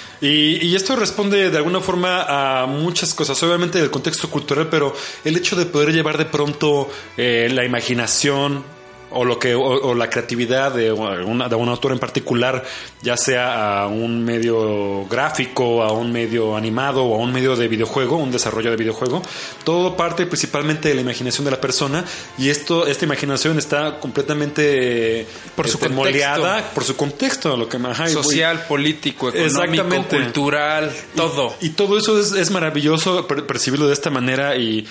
Y, y esto responde de alguna forma a muchas cosas, obviamente del contexto cultural, pero el hecho de poder llevar de pronto eh, la imaginación o lo que o, o la creatividad de una de un autor en particular, ya sea a un medio gráfico, a un medio animado o a un medio de videojuego, un desarrollo de videojuego, todo parte principalmente de la imaginación de la persona y esto esta imaginación está completamente Por su este, contexto. moleada por su contexto, lo que ajá, y- Social, político, económico, Exactamente. cultural, todo. Y todo eso es, es maravilloso per- percibirlo de esta manera y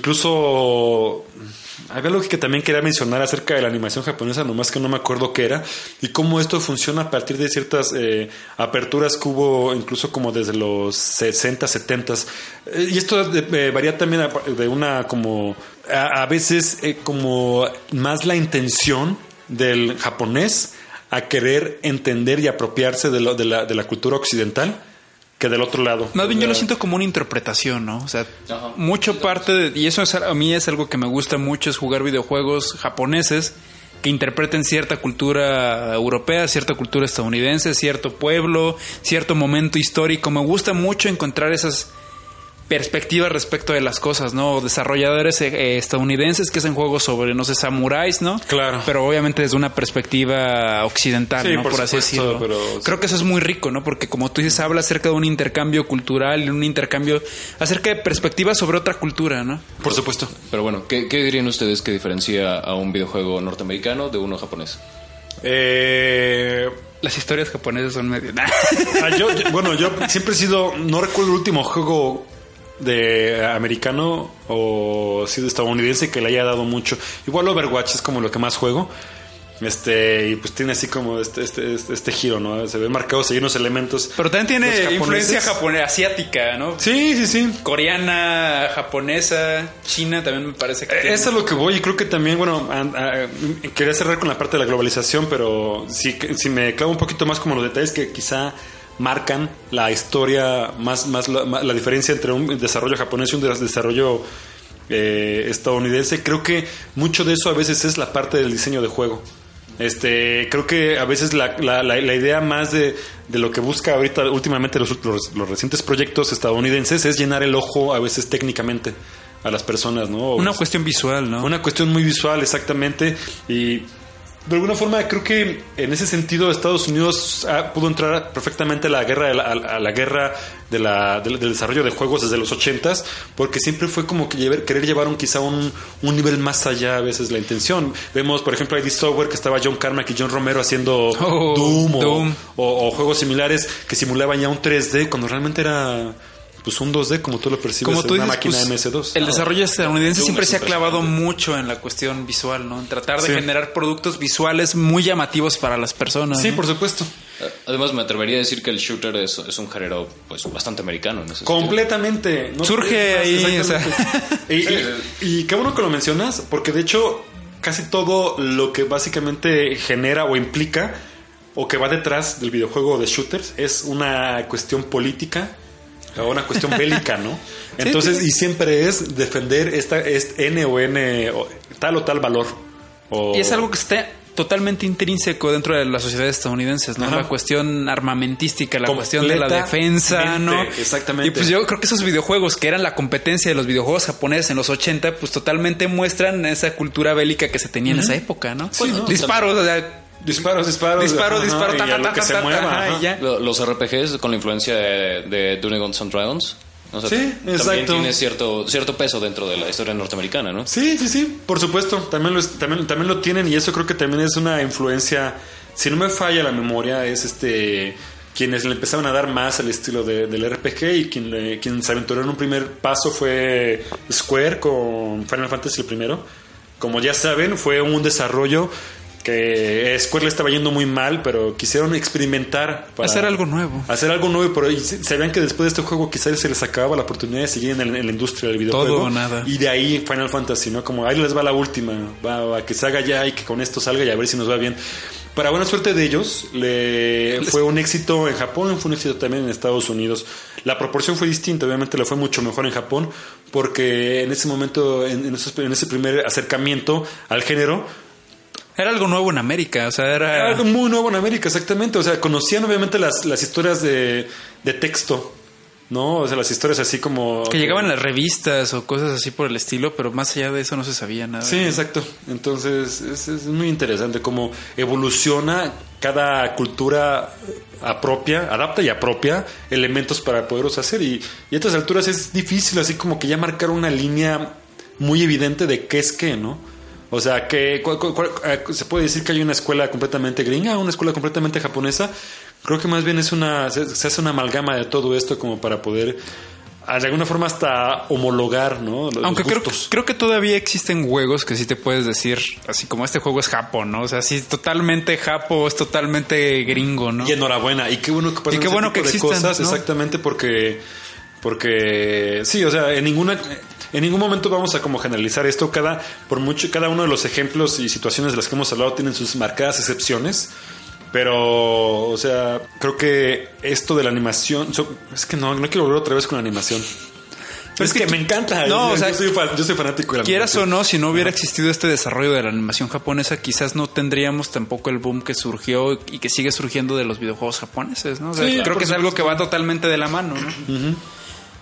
incluso había algo que también quería mencionar acerca de la animación japonesa, nomás que no me acuerdo qué era y cómo esto funciona a partir de ciertas eh, aperturas que hubo incluso como desde los sesenta, setenta. Eh, y esto de- eh, varía también a- de una como a, a veces eh, como más la intención del japonés a querer entender y apropiarse de, lo- de, la, de la cultura occidental que del otro lado. Más bien yo O lo sea, siento como una interpretación, ¿no? O sea, Ajá. mucho parte de... Y eso es, a mí es algo que me gusta mucho, es jugar videojuegos japoneses que interpreten cierta cultura europea, cierta cultura estadounidense, cierto pueblo, cierto momento histórico. Me gusta mucho encontrar esas perspectiva respecto de las cosas, ¿no? Desarrolladores eh, estadounidenses que hacen juegos sobre, no sé, samuráis, ¿no? Claro. Pero obviamente desde una perspectiva occidental, Sí, ¿no? por Por, así supuesto, decirlo. pero- Creo que eso es muy rico, ¿no? Porque como tú dices, habla acerca de un intercambio cultural y un intercambio acerca de perspectivas sobre otra cultura, ¿no? Por supuesto. Pero bueno, ¿qué, qué dirían ustedes que diferencia a un videojuego norteamericano de uno japonés? Eh... Las historias japonesas son medio... Ah, yo, yo- bueno, yo siempre he sido, no recuerdo el último juego de americano o sí de estadounidense que le haya dado mucho. Igual Overwatch es como lo que más juego. Este, y pues tiene así como este, este, este, este giro, ¿no? Se ven marcados ahí unos elementos. Pero también los tiene japoneses. influencia japonesa, asiática, ¿no? Sí, sí, sí. Coreana, japonesa, china también me parece que Eh, tiene. Eso es lo que voy y creo que también, bueno, a- a- quería cerrar con la parte de la globalización, pero si, si me clavo un poquito más como los detalles que quizá marcan la historia, más, más la, más la diferencia entre un desarrollo japonés y un des- desarrollo eh, estadounidense, creo que mucho de eso a veces es la parte del diseño de juego. Este, creo que a veces la, la, la, la idea más de, de lo que busca ahorita últimamente los, los, los recientes proyectos estadounidenses es llenar el ojo a veces técnicamente a las personas, ¿no? Una O- cuestión visual, ¿no? una cuestión muy visual, exactamente. Y de alguna forma creo que en ese sentido Estados Unidos ah, pudo entrar perfectamente a la guerra, a la, a la guerra de la, del, del desarrollo de juegos desde los ochentas, porque siempre fue como que llevar, querer llevar un, quizá un, un nivel más allá a veces la intención. Vemos, por ejemplo, I D Software, que estaba John Carmack y John Romero haciendo Oh, Doom, o, Doom. O, o juegos similares que simulaban ya un tres D cuando realmente era pues un dos D como tú lo percibes Como tú en una dices, máquina pues, M S dos. el desarrollo estadounidense Doom siempre es se ha clavado impresionante. mucho en la cuestión visual, ¿no? En tratar de Sí. generar productos visuales muy llamativos para las personas. Sí, ¿no? por supuedo. Además, me atrevería a decir que el shooter es, es un género pues bastante americano en ese sentido. Completamente. No Surge es- ahí, exactamente. y, y- y qué bueno que lo mencionas, porque de hecho casi todo lo que básicamente genera o implica o que va detrás del videojuego de shooters es una cuestión política o una cuestión bélica, ¿no? Entonces, sí. y siempre es defender esta este N o N o tal o tal valor. O- Y es algo que está totalmente intrínseco dentro de las sociedades estadounidenses, ¿no? Ajá. La cuestión armamentística, la cuestión de la defensa, ¿no? Exactamente. Y pues yo creo que esos videojuegos que eran la competencia de los videojuegos japoneses en los ochenta, pues totalmente muestran esa cultura bélica que se tenía en esa época, ¿no? Sí, ¿no? Disparos, o sea, Disparos, disparos. disparo, ajá, disparo, y ta, a ta, lo ta, que ta, se ta, mueva, ajá, ajá. y ya. Lo- Los R P Gs con la influencia de, de Dungeons and Dragons. O sea, Sí, también exacto. tiene cierto, cierto peso dentro de la historia norteamericana, ¿no? Sí, sí, sí, por supuesto, también lo, es- también, también lo tienen y eso creo que también es una influencia, si no me falla la memoria, es este quienes le empezaron a dar más al estilo de- del R P G y quien, le- quien se aventuró en un primer paso fue Square con Final Fantasy el primero. Como ya saben, fue un desarrollo que Square le estaba yendo muy mal, pero quisieron experimentar para Hacer algo nuevo. Hacer algo nuevo, pero y se- sabían que después de este juego quizás se les acababa la oportunidad de seguir en, el- en la industria del videojuego. Todo o nada. Y de ahí Final Fantasy, ¿no? Como ahí les va la última, va, va, que se haga ya y que con esto salga y a ver si nos va bien. Para buena suerte de ellos, le fue un éxito en Japón, fue un éxito también en Estados Unidos. La proporción fue distinta, obviamente le fue mucho mejor en Japón, porque en ese momento, en, en esos- en ese primer acercamiento al género, Era algo nuevo en América, o sea, era... era algo muy nuevo en América, exactamente. O sea, conocían obviamente las, las historias de, de texto, ¿no? O sea, las historias así como... que llegaban en las revistas o cosas así por el estilo, pero más allá de eso no se sabía nada. Sí, exacto. Entonces, es, es muy interesante cómo evoluciona cada cultura apropia, adapta y apropia elementos para poderlos hacer. Y, y a estas alturas es difícil así como que ya marcar una línea muy evidente de qué es qué, ¿no? O sea, que cu- cu- cu- eh, se puede decir que hay una escuela completamente gringa, una escuela completamente japonesa. Creo que más bien es una se, se hace una amalgama de todo esto como para poder de alguna forma hasta homologar, ¿no? Los Aunque creo, gustos. creo que todavía existen juegos que sí te puedes decir, así como este juego es japo, ¿no? O sea, sí, totalmente japo, es totalmente gringo, ¿no? Y enhorabuena. Y qué bueno que pasen Y qué ese bueno tipo que de existan, cosas, ¿no? exactamente, porque porque sí, o sea, en ninguna en ningún momento vamos a como generalizar esto. Cada por mucho cada uno de los ejemplos y situaciones de las que hemos hablado tienen sus marcadas excepciones. Pero, o sea, creo que esto de la animación, so- es que no, no quiero volver otra vez con la animación. Pero es que, me encanta. No, yo, o sea, yo soy, fan- yo soy fanático de la Quieras o animación. no, si no hubiera existido este desarrollo de la animación japonesa, quizás no tendríamos tampoco el boom que surgió y que sigue surgiendo de los videojuegos japoneses, ¿no? O sea, Sí, creo por que es algo que supuesto. va totalmente de la mano, ¿no?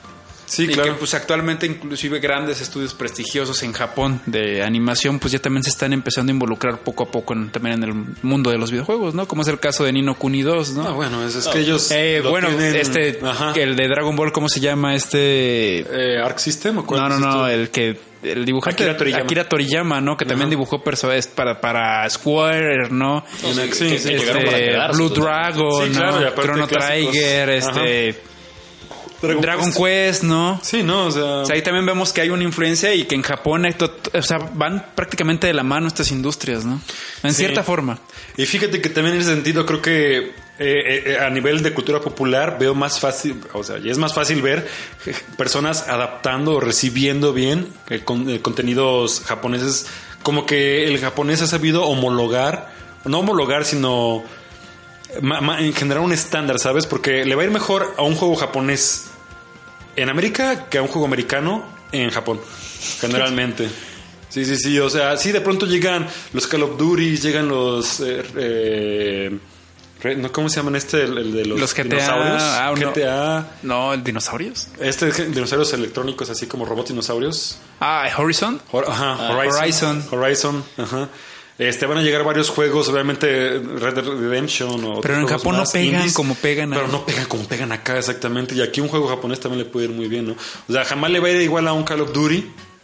Sí, y claro. que pues actualmente inclusive grandes estudios prestigiosos en Japón de animación pues ya también se están empezando a involucrar poco a poco en, también en el mundo de los videojuegos, ¿no? Como es el caso de Ni no Kuni dos, ¿no? Ah, bueno, es, es que ellos Eh, lo bueno, tienen- este, Ajá. que el de Dragon Ball, ¿cómo se llama? Este... Eh, Arc System, ¿o cuál No, no, es no, esto? el que... El dibujante Akira Toriyama. Akira Toriyama, ¿no? Que también Ajá. dibujó personajes para, para Square, ¿no? No, sí, Sí, que sí, llegaron para Este, quedarse, Blue totalmente. Dragon, Sí, claro, y ¿no? aparte Chrono clásicos. Trigger, este... Dragon Dragon Quest. Quest, ¿no? Sí, no, o sea... O sea, ahí también vemos que hay una influencia y que en Japón hay to- o sea, van prácticamente de la mano estas industrias, ¿no? En Sí. cierta forma. Y fíjate que también en ese sentido creo que eh, eh, a nivel de cultura popular veo más fácil, o sea, ya es más fácil ver eh, personas adaptando o recibiendo bien eh, con, eh, contenidos japoneses, como que el japonés ha sabido homologar, no homologar, sino ma- ma- en generar un estándar, ¿sabes? Porque le va a ir mejor a un juego japonés en América que a un juego americano en Japón, generalmente. Sí, sí, sí. O sea, sí, de pronto llegan los Call of Duty, llegan los... Eh, eh, re- ¿no? ¿Cómo se llaman este? El, el de los, Los G T A, dinosaurios. ah, no. G T A. No, ¿el dinosaurios? Este de dinosaurios electrónicos, así como robots dinosaurios. Ah, Horizon. Hor- ajá, Ah, Horizon. Horizon. Horizon, ajá. Este, van a llegar varios juegos, obviamente Red Dead Redemption o otros Pero en juegos Japón no más pegan indies, como pegan Pero ahí. no pegan como pegan acá, exactamente. Y aquí un juego japonés también le puede ir muy bien, ¿no? O sea, jamás le va a ir igual a un Call of Duty,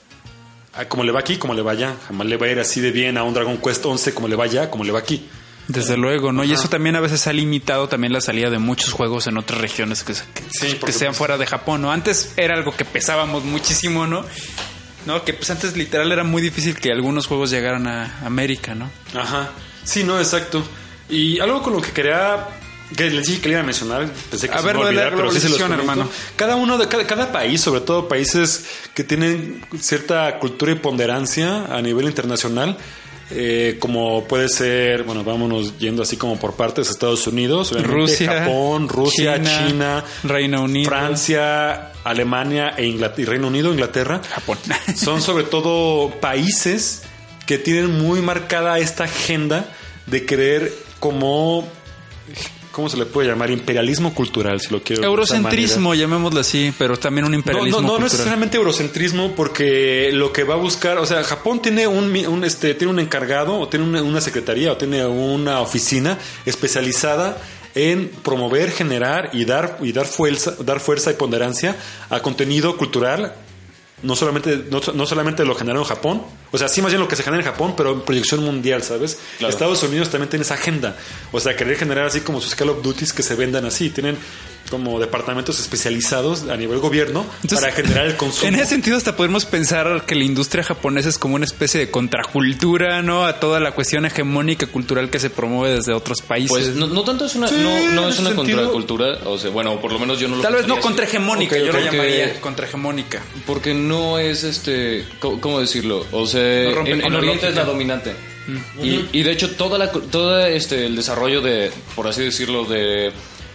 a como le va aquí, como le va allá. Jamás le va a ir así de bien a un Dragon Quest once como le va allá, como le va aquí. Desde luego, ¿no? Y Ajá. eso también a veces ha limitado también la salida de muchos juegos en otras regiones que, se- que, Sí, por que sean supuesto. fuera de Japón, ¿no? Antes era algo que pesábamos muchísimo, ¿no? No, que pues antes literal era muy difícil que algunos juegos llegaran a América, ¿no? Ajá. Sí, no, exacto. Y algo con lo que quería... Que les dije que le iba a mencionar, pensé que A se ver, me iba lo de la olvidar, pero sí se los globalización, comento. hermano. Cada uno de cada, cada país, sobre todo países que tienen cierta cultura y ponderancia a nivel internacional, eh, como puede ser, bueno, vámonos yendo así como por partes, Estados Unidos, obviamente, Rusia, Japón, Rusia, China, China, Reino Unido. Francia, Alemania e Inglaterra, y Reino Unido, Inglaterra. Japón. Son sobre todo países que tienen muy marcada esta agenda de querer como... ¿Cómo se le puede llamar? Imperialismo cultural, si lo quiero. Eurocentrismo, llamémoslo así, pero también un No, imperialismo no, no, no cultural. necesariamente eurocentrismo, porque lo que va a buscar, o sea, Japón tiene un, mi- un, este, tiene un encargado, o tiene una, una secretaría, o tiene una oficina especializada en promover, generar y dar y dar fuerza, dar fuerza y ponderancia a contenido cultural. No solamente, no, no solamente lo generó en Japón, o sea, sí más bien lo que se genera en Japón, pero en proyección mundial, ¿sabes? Claro. Estados Unidos también tiene esa agenda, o sea, querer generar así como sus Call of Duties que se vendan así, tienen como departamentos especializados a nivel gobierno Entonces, para generar el consumo. En ese sentido, hasta podemos pensar que la industria japonesa es como una especie de contracultura, ¿no? A toda la cuestión hegemónica cultural que se promueve desde otros países. Pues no, no tanto es una, Sí, no, en no es ese una sentido. contracultura, o sea, bueno, por lo menos yo no lo Tal vez no pensaría así. contrahegemónica, Ok, yo lo ok. llamaría contrahegemónica. Porque no es este, ¿cómo, cómo decirlo? O sea, No rompe en, con en la Oriente es lógica. la dominante. y, y de hecho toda la, todo este el desarrollo de, por así decirlo, de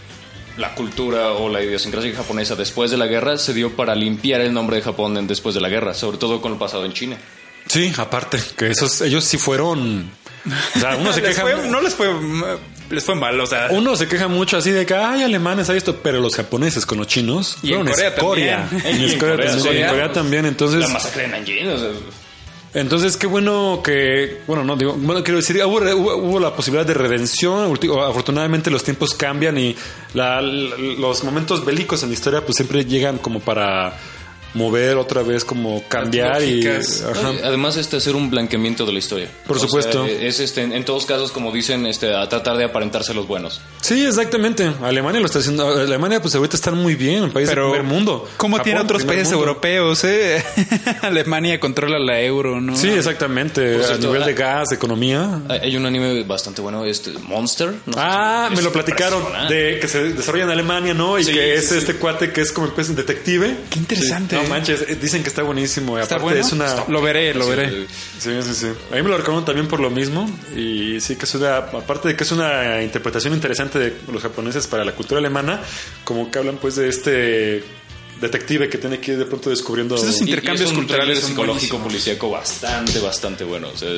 la cultura o la idiosincrasia japonesa después de la guerra se dio para limpiar el nombre de Japón en- después de la guerra, sobre todo con el pasado en China. Sí, aparte, que esos, ellos sí fueron. O sea, uno se Les queja. fue- no les fue, les fue mal, o sea. Uno se queja mucho así de que hay alemanes, hay esto, pero los japoneses con los chinos Y en fueron Corea escoria. también. En Y en Corea Corea, también, sí. en Corea también, entonces. La masacre de Nanjing, o sea, Entonces, qué bueno que, bueno, no digo, bueno, quiero decir, hubo, hubo, hubo la posibilidad de redención. ulti- Afortunadamente los tiempos cambian y la- la- los momentos bélicos en la historia pues siempre llegan como para mover otra vez, como cambiar y... lógicas. Ajá. no, además este hacer un blanqueamiento de la historia. Por O supuesto. sea, es este en, en todos casos, como dicen, este a tratar de aparentarse los buenos. Sí, exactamente. Alemania lo está haciendo. Alemania pues ahorita está muy bien, un país Pero, de primer mundo. ¿cómo Japón, tiene otros primer países mundo. europeos, eh? Alemania controla la euro, ¿no? Sí, exactamente. Por A cierto, nivel de ah, gas, economía. Hay hay un anime bastante bueno, este Monster. no sé Ah, si- me es lo platicaron impresionante. de que se desarrolla en Alemania, ¿no? Y Sí, que sí, es sí. este cuate que es como especie de detective. Qué interesante. No eh. manches, eh, dicen que está buenísimo. Y ¿Está aparte bueno? es una. Lo veré, lo Sí, veré. Sí, sí, sí. A mí me lo recomiendo también por lo mismo. Y sí que es una. Aparte de que es una interpretación interesante de los japoneses para la cultura alemana, como que hablan pues de este detective que tiene que ir de pronto descubriendo. Pues eso es Y- y intercambios es un culturales thriller son psicológico buenísimos. policíaco bastante, bastante bueno. O sea,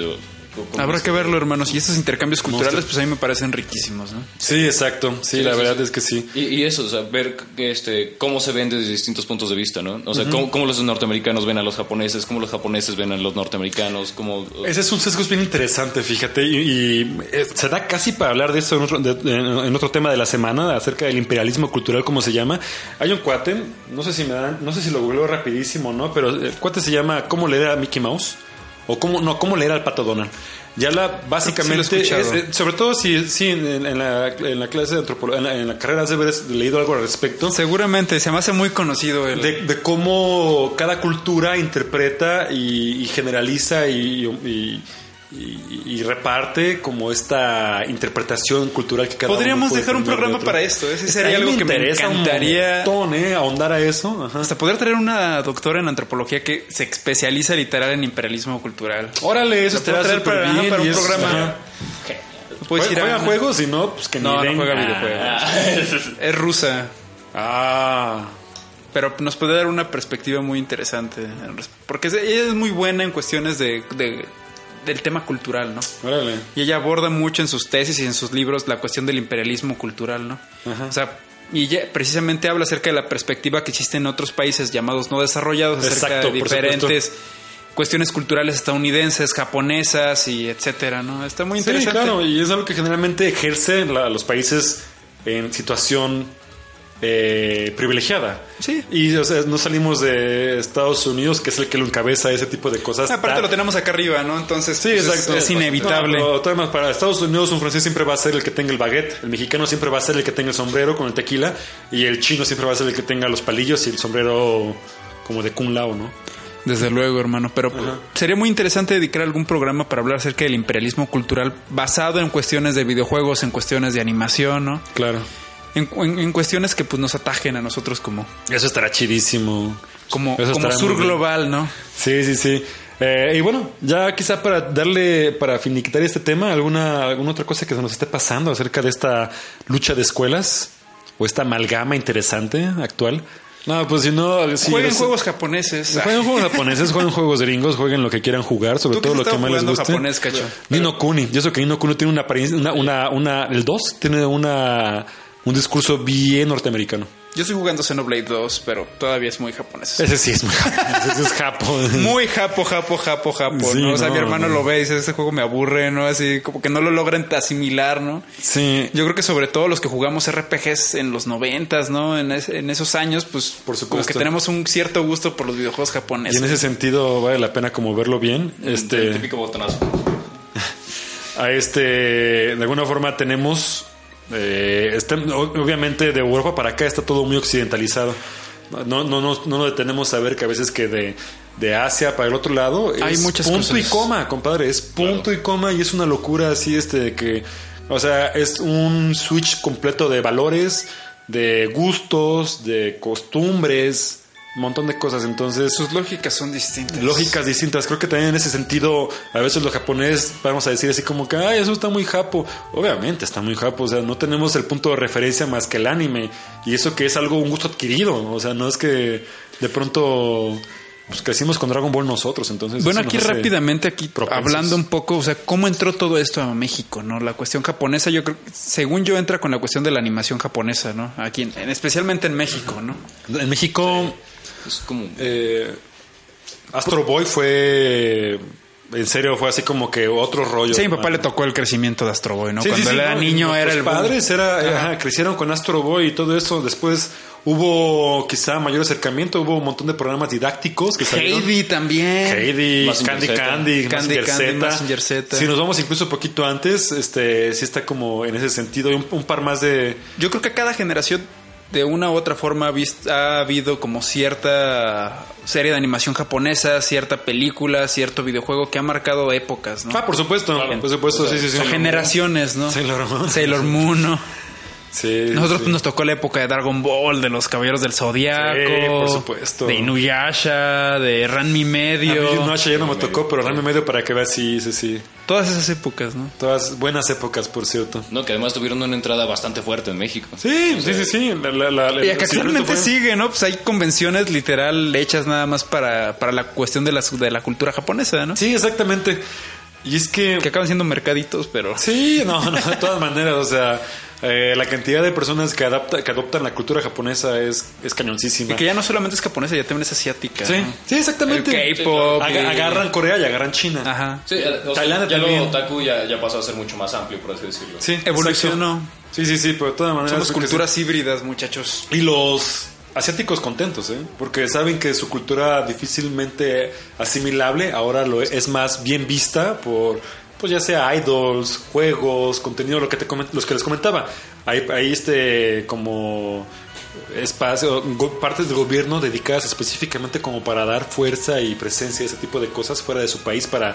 Habrá que verlo, hermanos. Y estos intercambios culturales, pues a mí me parecen riquísimos, ¿no? Sí, exacto. Sí, Sí, la sí, verdad sí. es que sí. Y, y eso, o sea, ver este, cómo se ven desde distintos puntos de vista, ¿no? O sea, uh-huh. cómo, cómo los norteamericanos ven a los japoneses, cómo los japoneses ven a los norteamericanos, cómo... Ese es un sesgo bien interesante, fíjate, y, y eh, se da casi para hablar de esto en otro, de, de, en otro tema de la semana, acerca del imperialismo cultural, como se llama. Hay un cuate, no sé si me dan, no sé si lo googleo rapidísimo, ¿no? Pero el cuate se llama ¿Cómo leer a Mickey Mouse? O cómo, no, ¿Cómo leer al Pato Donald? Ya la, básicamente, sí es, eh, sobre todo si, si en, en, la, en la clase de antropología, en la, en la carrera has de haber leído algo al respecto. Seguramente, se me hace muy conocido el... de, de cómo cada cultura interpreta y, y generaliza y, y, y, y reparte como esta interpretación cultural que cada Podríamos uno dejar un programa de para esto. Ese sería algo que me encantaría. Un montón, ¿eh? Ahondar a eso. Ajá. Hasta poder traer una doctora en antropología que se especializa literal en imperialismo cultural. Órale, eso te va a traer para, bien, para un es, programa. Puedes Juega, juega a... juegos, si no, pues que no, ni no juega ah. videojuegos. Es rusa. Ah. Pero nos puede dar una perspectiva muy interesante. Porque ella es muy buena en cuestiones de, de del tema cultural, ¿no? Órale. Y ella aborda mucho en sus tesis y en sus libros la cuestión del imperialismo cultural, ¿no? Ajá. O sea, y ella precisamente habla acerca de la perspectiva que existe en otros países llamados no desarrollados, acerca Exacto, de diferentes cuestiones culturales estadounidenses, japonesas y etcétera, ¿no? Está muy interesante. Sí, claro, y es algo que generalmente ejerce la, los países en situación eh, privilegiada. Sí. Y o sea, no salimos de Estados Unidos, que es el que lo encabeza ese tipo de cosas. Aparte Ta- lo tenemos acá arriba, ¿no? Entonces Sí, pues, exacto. es, es inevitable. No, pero además, para Estados Unidos un francés siempre va a ser el que tenga el baguette, el mexicano siempre va a ser el que tenga el sombrero con el tequila y el chino siempre va a ser el que tenga los palillos y el sombrero como de Kung Lao, ¿no? Desde luego, hermano, pero Ajá. sería muy interesante dedicar algún programa para hablar acerca del imperialismo cultural basado en cuestiones de videojuegos, en cuestiones de animación, ¿no? Claro. En, en, en cuestiones que pues nos atajen a nosotros como Eso estará chidísimo. como, Eso como estará sur muy bien. global, ¿no? Sí, sí, sí. Eh, y bueno, ya quizá para darle, para finiquitar este tema, alguna, alguna otra cosa que se nos esté pasando acerca de esta lucha de escuelas o esta amalgama interesante actual. No, pues si no... Si Jueguen los- juegos japoneses. Jueguen juegos japoneses, jueguen juegos gringos, jueguen lo que quieran jugar, sobre ¿Tú qué todo lo has que estado más les jugando guste. japonés, Cacho? Ni no Kuni. Yo sé que Ni no Kuni tiene una apariencia, una, una, una, el dos tiene una, un discurso bien norteamericano. Yo estoy jugando Xenoblade dos, pero todavía es muy japonés. Ese sí es muy ese sí es japo. Muy japo, japo, japo, japo, Sí, ¿no? O sea, no, mi hermano no. lo ve y dice, este juego me aburre, ¿no? Así como que no lo logran asimilar, ¿no? Sí. Yo creo que sobre todo los que jugamos R P Gs en los noventas, ¿no? En, es- en esos años, pues Por supuesto. como que tenemos un cierto gusto por los videojuegos Y japoneses. en ese sentido vale la pena como verlo bien. El Este, típico botonazo. a este, de alguna forma tenemos, eh, este, obviamente de Europa para acá está todo muy occidentalizado. No, no, no, no nos detenemos a ver que a veces que de, de Asia para el otro lado es Hay muchas punto cosas. y coma, compadre, es punto Claro. y coma y es una locura así este de que, o sea, es un switch completo de valores, de gustos, de costumbres, un montón de cosas. Entonces, Sus lógicas son distintas. lógicas distintas. Creo que también en ese sentido, a veces los japoneses vamos a decir así como que, ay, eso está muy japo. Obviamente está muy japo. O sea, no tenemos el punto de referencia más que el anime. Y eso que es algo, un gusto adquirido. O sea, no es que de pronto pues crecimos con Dragon Ball nosotros. Entonces, Bueno, eso aquí nos hace rápidamente, aquí propensos. hablando un poco, o sea, ¿cómo entró todo esto a México, no? La cuestión japonesa, yo creo, según yo, entra con la cuestión de la animación japonesa, ¿no? Aquí, en- en- especialmente en México, ¿no? En México, Es como... eh, Astro Boy fue... En serio, fue así como que otro rollo. Sí, a mi papá ¿no? le tocó el crecimiento de Astro Boy, ¿no? Sí, Cuando sí, él sí, era no, niño era el Los boom. padres era, Ajá. ajá, crecieron con Astro Boy y todo eso. Después hubo quizá mayor acercamiento, hubo un montón de programas didácticos que salieron. Heidi también. Heidi, Mazinger Candy Z. Candy, Candy Mazinger Candy, Z. Mazinger Z. Si nos vamos incluso un poquito antes, este sí está como en ese sentido. Y un, un par más de... Yo creo que cada generación de una u otra forma ha, vis- ha habido como cierta serie de animación japonesa, cierta película, cierto videojuego que ha marcado épocas, ¿no? Ah, por supuesto, por supuesto, sí, sí, sí. O generaciones, ¿no? Sailor Moon. Sailor Moon, ¿no? Sí, Nosotros sí. nos tocó la época de Dragon Ball, de los Caballeros del Zodiaco, Sí, por supuesto. de Inuyasha, de Ranmi A Medio, mí no, ya no me tocó, pero Ranma medio para que veas, sí, sí, sí. todas esas épocas, ¿no? Todas buenas épocas, por cierto. No, que además tuvieron una entrada bastante fuerte en México. Sí, sí, sí, sí. La, la, la, Y la- que sí, actualmente fue- sigue, ¿no? Pues hay convenciones literal hechas nada más para, para la cuestión de la, de la cultura japonesa, ¿no? Sí, exactamente. Y es que... Que acaban siendo mercaditos, pero... Sí, no, no, de todas maneras, o sea... Eh, la cantidad de personas que adapta, que adoptan la cultura japonesa es, es cañoncísima. Y que ya no solamente es japonesa, ya también es asiática. Sí, ¿no? sí, exactamente. El K-pop. Ag- agarran Corea y agarran China. Ajá. Sí, o sea, Tailandia ya también. lo otaku ya, ya pasó a ser mucho más amplio, por así decirlo. Sí, Evolucionó. exacto. Sí, sí, sí, pero de todas maneras. Somos creo que culturas híbridas, muchachos. sí. Y los asiáticos contentos, ¿eh? Porque saben que su cultura difícilmente asimilable ahora lo es, es más bien vista por, pues ya sea idols, juegos, contenido, lo que te coment- los que les comentaba. Hay, hay este como espacio, go- partes del gobierno dedicadas específicamente como para dar fuerza y presencia a ese tipo de cosas fuera de su país para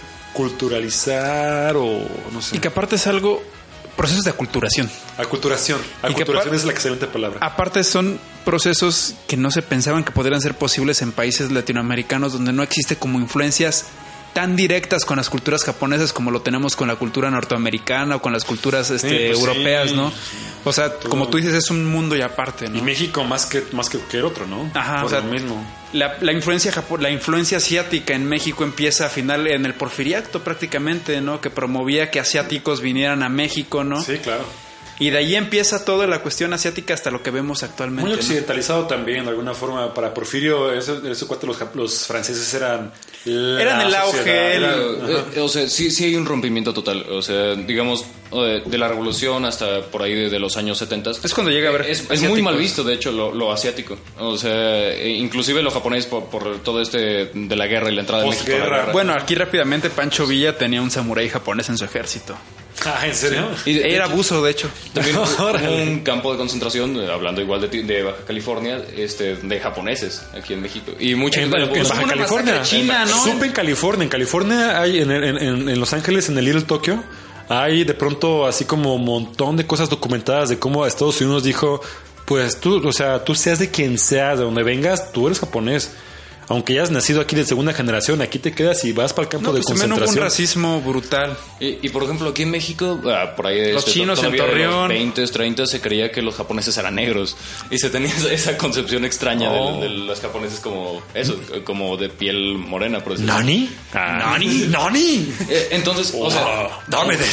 culturalizar o no sé. Y que aparte es algo... Procesos de aculturación. Aculturación. Y que Aculturación par- es la excelente palabra. Aparte son procesos que no se pensaban que podrían ser posibles en países latinoamericanos donde no existe como influencias tan directas con las culturas japonesas como lo tenemos con la cultura norteamericana o con las culturas este, Sí, pues europeas, sí. ¿no? O sea, Todo. como tú dices, es un mundo y aparte, ¿no? Y México más que más que cualquier otro, ¿no? Ajá, Por o sea, lo mismo. La, la influencia japo- la influencia asiática en México empieza a final en el Porfiriato prácticamente, ¿no? Que promovía que asiáticos vinieran a México, ¿no? Sí, claro. Y de ahí empieza toda la cuestión asiática hasta lo que vemos actualmente. Muy ¿no? occidentalizado también, de alguna forma. Para Porfirio, eso, eso cuate, los, jap- los franceses eran... la Eran el auge, sociedad, el- eran- Eh, ajá. eh, o sea, sí, sí hay un rompimiento total. O sea, digamos, eh, de la revolución hasta por ahí de, de los años setenta. Es cuando llega a ver Es, es asiáticos. muy mal visto, de hecho, lo, lo asiático. O sea, eh, inclusive lo japonés por, por todo este de la guerra y la entrada de México a la Posguerra. guerra. Bueno, aquí rápidamente Pancho Villa tenía un samurái japonés en su ejército. Ah, ¿en serio? Y de- de Era hecho, abuso, de hecho. También hubo Órale. un campo de concentración, eh, hablando igual de, ti- de Baja California, este, de japoneses aquí en México. Y mucha En, gente... en pues, Baja una California. masacre china, ¿no? Supe en California. En California hay, en, en- en- en Los Ángeles, en el Little Tokyo, hay de pronto así como un montón de cosas documentadas de cómo Estados Unidos dijo, pues tú, o sea, tú seas de quien seas, de donde vengas, tú eres japonés. Aunque ya has nacido aquí de segunda generación, aquí te quedas y vas para el campo No, de pues también hubo un concentración. racismo brutal. Y, y, por ejemplo, aquí en México, ah, por ahí Los chinos en todavía de Torreón. los veinte, treinta se creía que los japoneses eran negros y se tenía esa, esa concepción extraña Oh. de, de los japoneses como eso, como de piel morena, por decirlo. ¿Nani? ¿Nani? ¿Nani? Eh, entonces, o sea, dame de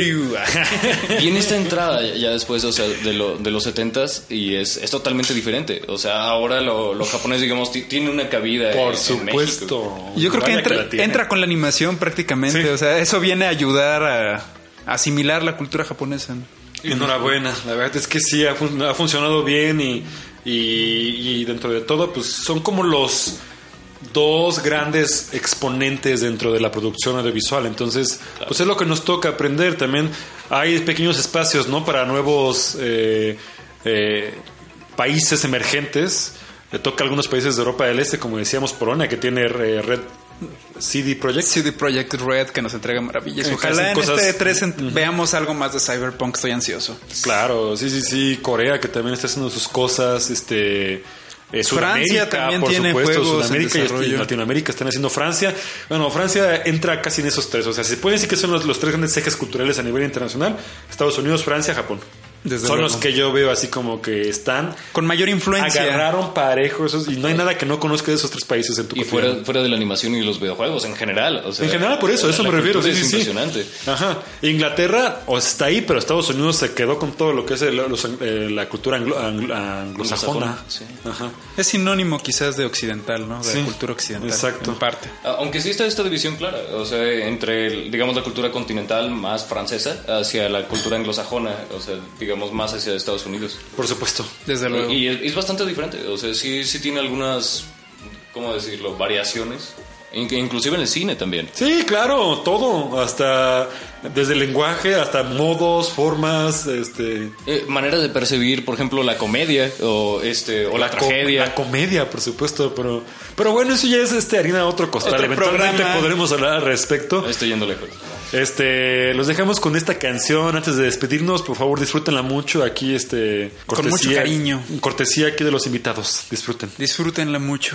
viene esta entrada ya, ya después, o sea, de, lo, de los setentas y es, es totalmente diferente. O sea, ahora lo- los japoneses, digamos, ti- tienen una cabida Por en, en supuesto. México. Yo creo que Vaya entra, la tiene. entra con la animación prácticamente. Sí. O sea, eso viene a ayudar a, a asimilar la cultura japonesa. Enhorabuena, la verdad es que sí, ha, fun- ha funcionado bien y, y, y dentro de todo, pues son como los dos grandes exponentes dentro de la producción audiovisual. Entonces, pues es lo que nos toca aprender. También hay pequeños espacios, ¿no? Para nuevos eh, eh, países emergentes. Le toca a algunos países de Europa del Este, como decíamos, Polonia, que tiene eh, Red C D Projekt. C D Projekt Red que nos entrega maravillas. Que Ojalá hacen en cosas- este E tres ent- veamos algo más de Cyberpunk. Estoy ansioso. Claro, sí, sí, sí. Corea, que también está haciendo sus cosas. Este. eh, Francia Sudamérica, también por tiene supuesto, juegos en Sudamérica y- y desarrollo. Latinoamérica están haciendo Francia. Bueno, Francia entra casi en esos tres. O sea, se puede decir que son los, los tres grandes ejes culturales a nivel internacional: Estados Unidos, Francia, Japón. Desde son luego. los que yo veo así como que están. Con mayor influencia. Agarraron parejo esos, y no hay nada que no conozca de esos tres países en tu Y cotidiano. fuera, fuera de la animación y los videojuegos en general. O sea, En general, por eso, a eso la me refiero. cultura Sí, es sí, sí. impresionante. Ajá. Inglaterra o está ahí, pero Estados Unidos se quedó con todo lo que es el- los- eh, la cultura anglo- anglo- anglosajona. Anglosajona, sí. Ajá. Es sinónimo quizás de occidental, ¿no? De Sí, cultura occidental. exacto. En parte. Aunque sí está esta división clara, o sea, entre, digamos, la cultura continental más francesa hacia la cultura anglosajona, o sea, digamos, más hacia Estados Unidos. Por supuesto. Desde luego. Y es, es bastante diferente, o sea, sí, sí tiene algunas, ¿cómo decirlo?, variaciones, In- inclusive en el cine también. Sí, claro, todo, hasta desde el lenguaje hasta modos, formas, este, Eh, maneras de percibir, por ejemplo, la comedia o este o la, co- tragedia. la comedia, por supuesto, pero pero bueno, eso ya es este harina de otro costal. Otro Eventualmente programa. podremos hablar al respecto. Estoy yendo lejos. Este, los dejamos con esta canción antes de despedirnos. Por favor, disfrútenla mucho aquí, este, Con mucho cariño. Cortesía aquí de los invitados. Disfruten. Disfrútenla mucho.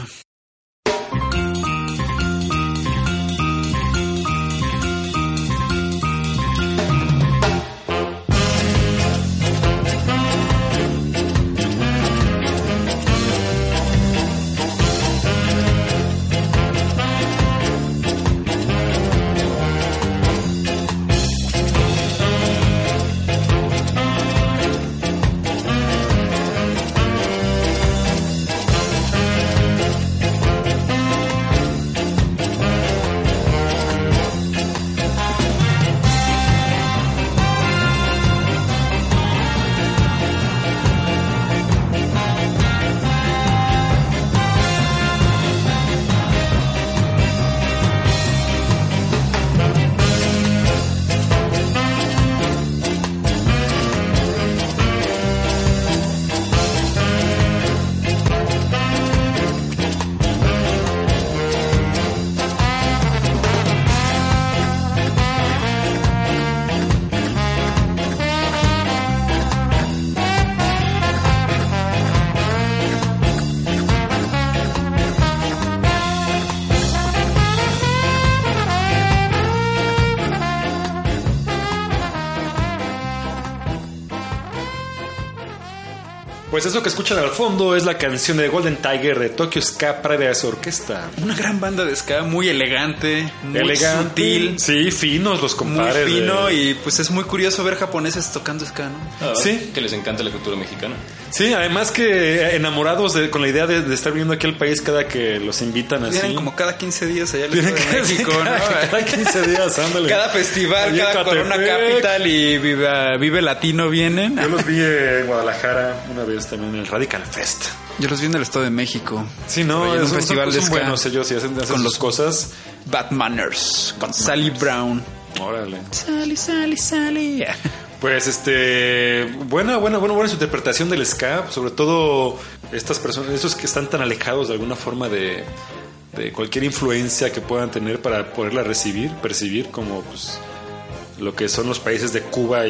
Pues eso que escuchan al fondo es la canción de Golden Tiger de Tokyo Ska Paradise Orquesta. Una gran banda de ska, muy elegante, muy Elegante, sutil. Sí, finos los compadres. Muy fino de... y pues es muy curioso ver japoneses tocando ska, ¿no? Ah, Sí. Que les encanta la cultura mexicana. Sí, además que enamorados de, con la idea de, de estar viendo aquí al país cada que los invitan así. Vienen como cada quince días allá al Vienen Estado de cada- México, cada, ¿no? cada quince días, ándale. Cada festival, Oye, cada Catepec. Corona Capital y Vive, Vive Latino vienen. Yo los vi en Guadalajara una vez también en el Radical Fest. Yo los vi en el Estado de México. Sí, no, Por ahí en un son, festival son, de son ska. buenos ellos y hacen, hacen Con sus los- cosas. Bad Manners, con Sally Brown. Órale. Sally, Sally, Sally. Pues este, buena, buena, buena, buena su interpretación del ska, sobre todo estas personas, estos que están tan alejados de alguna forma de, de cualquier influencia que puedan tener para poderla recibir, percibir como pues lo que son los países de Cuba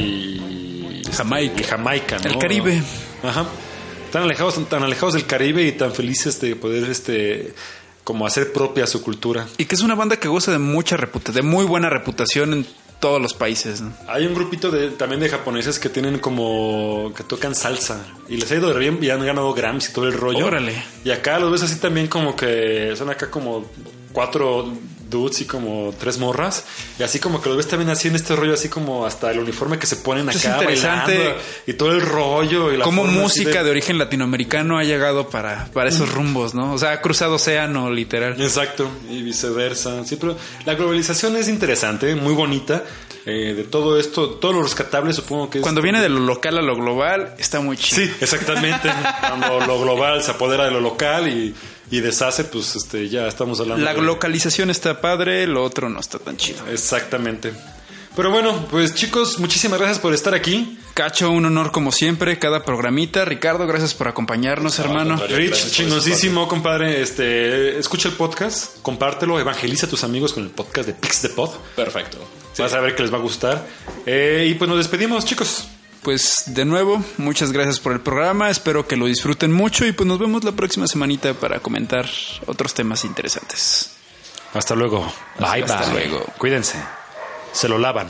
y Jamaica. y Jamaica, ¿no? El Caribe. Ajá. Tan alejados, tan alejados del Caribe y tan felices de poder este como hacer propia su cultura. Y que es una banda que goza de mucha reputación, de muy buena reputación en todos los países, ¿no? Hay un grupito de, también de japoneses que tienen como que tocan salsa y les ha ido de bien y han ganado Grammys y todo el rollo. Órale. Y acá los ves así también como que son acá como cuatro dudes y como tres morras y así como que los ves también así en este rollo así como hasta el uniforme que se ponen acá Es interesante bailando y todo el rollo y la Cómo forma así música de... de... origen latinoamericano ha llegado para, para esos rumbos, ¿no? O sea, ha cruzado océano, literal. Exacto, y viceversa. Sí, pero la globalización es interesante, muy bonita. Eh, de todo esto, todo lo rescatable supongo que es... Cuando viene de lo local a lo global, está muy chido. Sí, exactamente. Cuando lo global se apodera de lo local y, y deshace, pues este ya estamos hablando La de... localización está padre, lo otro no está tan chido. Exactamente. Pero bueno, pues chicos, muchísimas gracias por estar aquí. Cacho, un honor como siempre, cada programita. Ricardo, gracias por acompañarnos, No, al hermano. contrario. Rich, Gracias por chingosísimo, compadre. Este, escucha el podcast, compártelo, evangeliza a tus amigos con el podcast de Pix de Pod. Perfecto. Vas a ver que les va a gustar. Eh, y pues nos despedimos, chicos. Pues de nuevo, muchas gracias por el programa. Espero que lo disfruten mucho y pues nos vemos la próxima semanita para comentar otros temas interesantes. Hasta luego. Bye, Hasta bye. luego. Cuídense. Se lo lavan.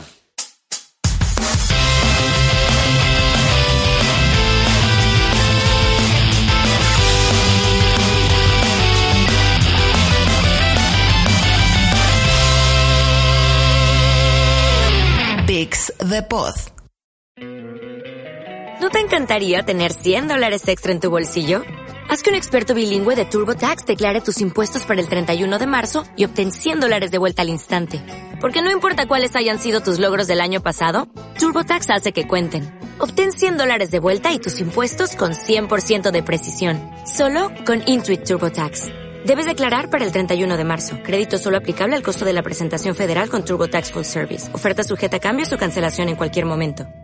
Pix de Pod. ¿No te encantaría tener cien dólares extra en tu bolsillo? Haz que un experto bilingüe de TurboTax declare tus impuestos para el treinta y uno de marzo y obtén cien dólares de vuelta al instante. Porque no importa cuáles hayan sido tus logros del año pasado, TurboTax hace que cuenten. Obtén cien dólares de vuelta y tus impuestos con cien por ciento de precisión. Solo con Intuit TurboTax. Debes declarar para el treinta y uno de marzo. Crédito solo aplicable al costo de la presentación federal con TurboTax Full Service. Oferta sujeta a cambios o cancelación en cualquier momento.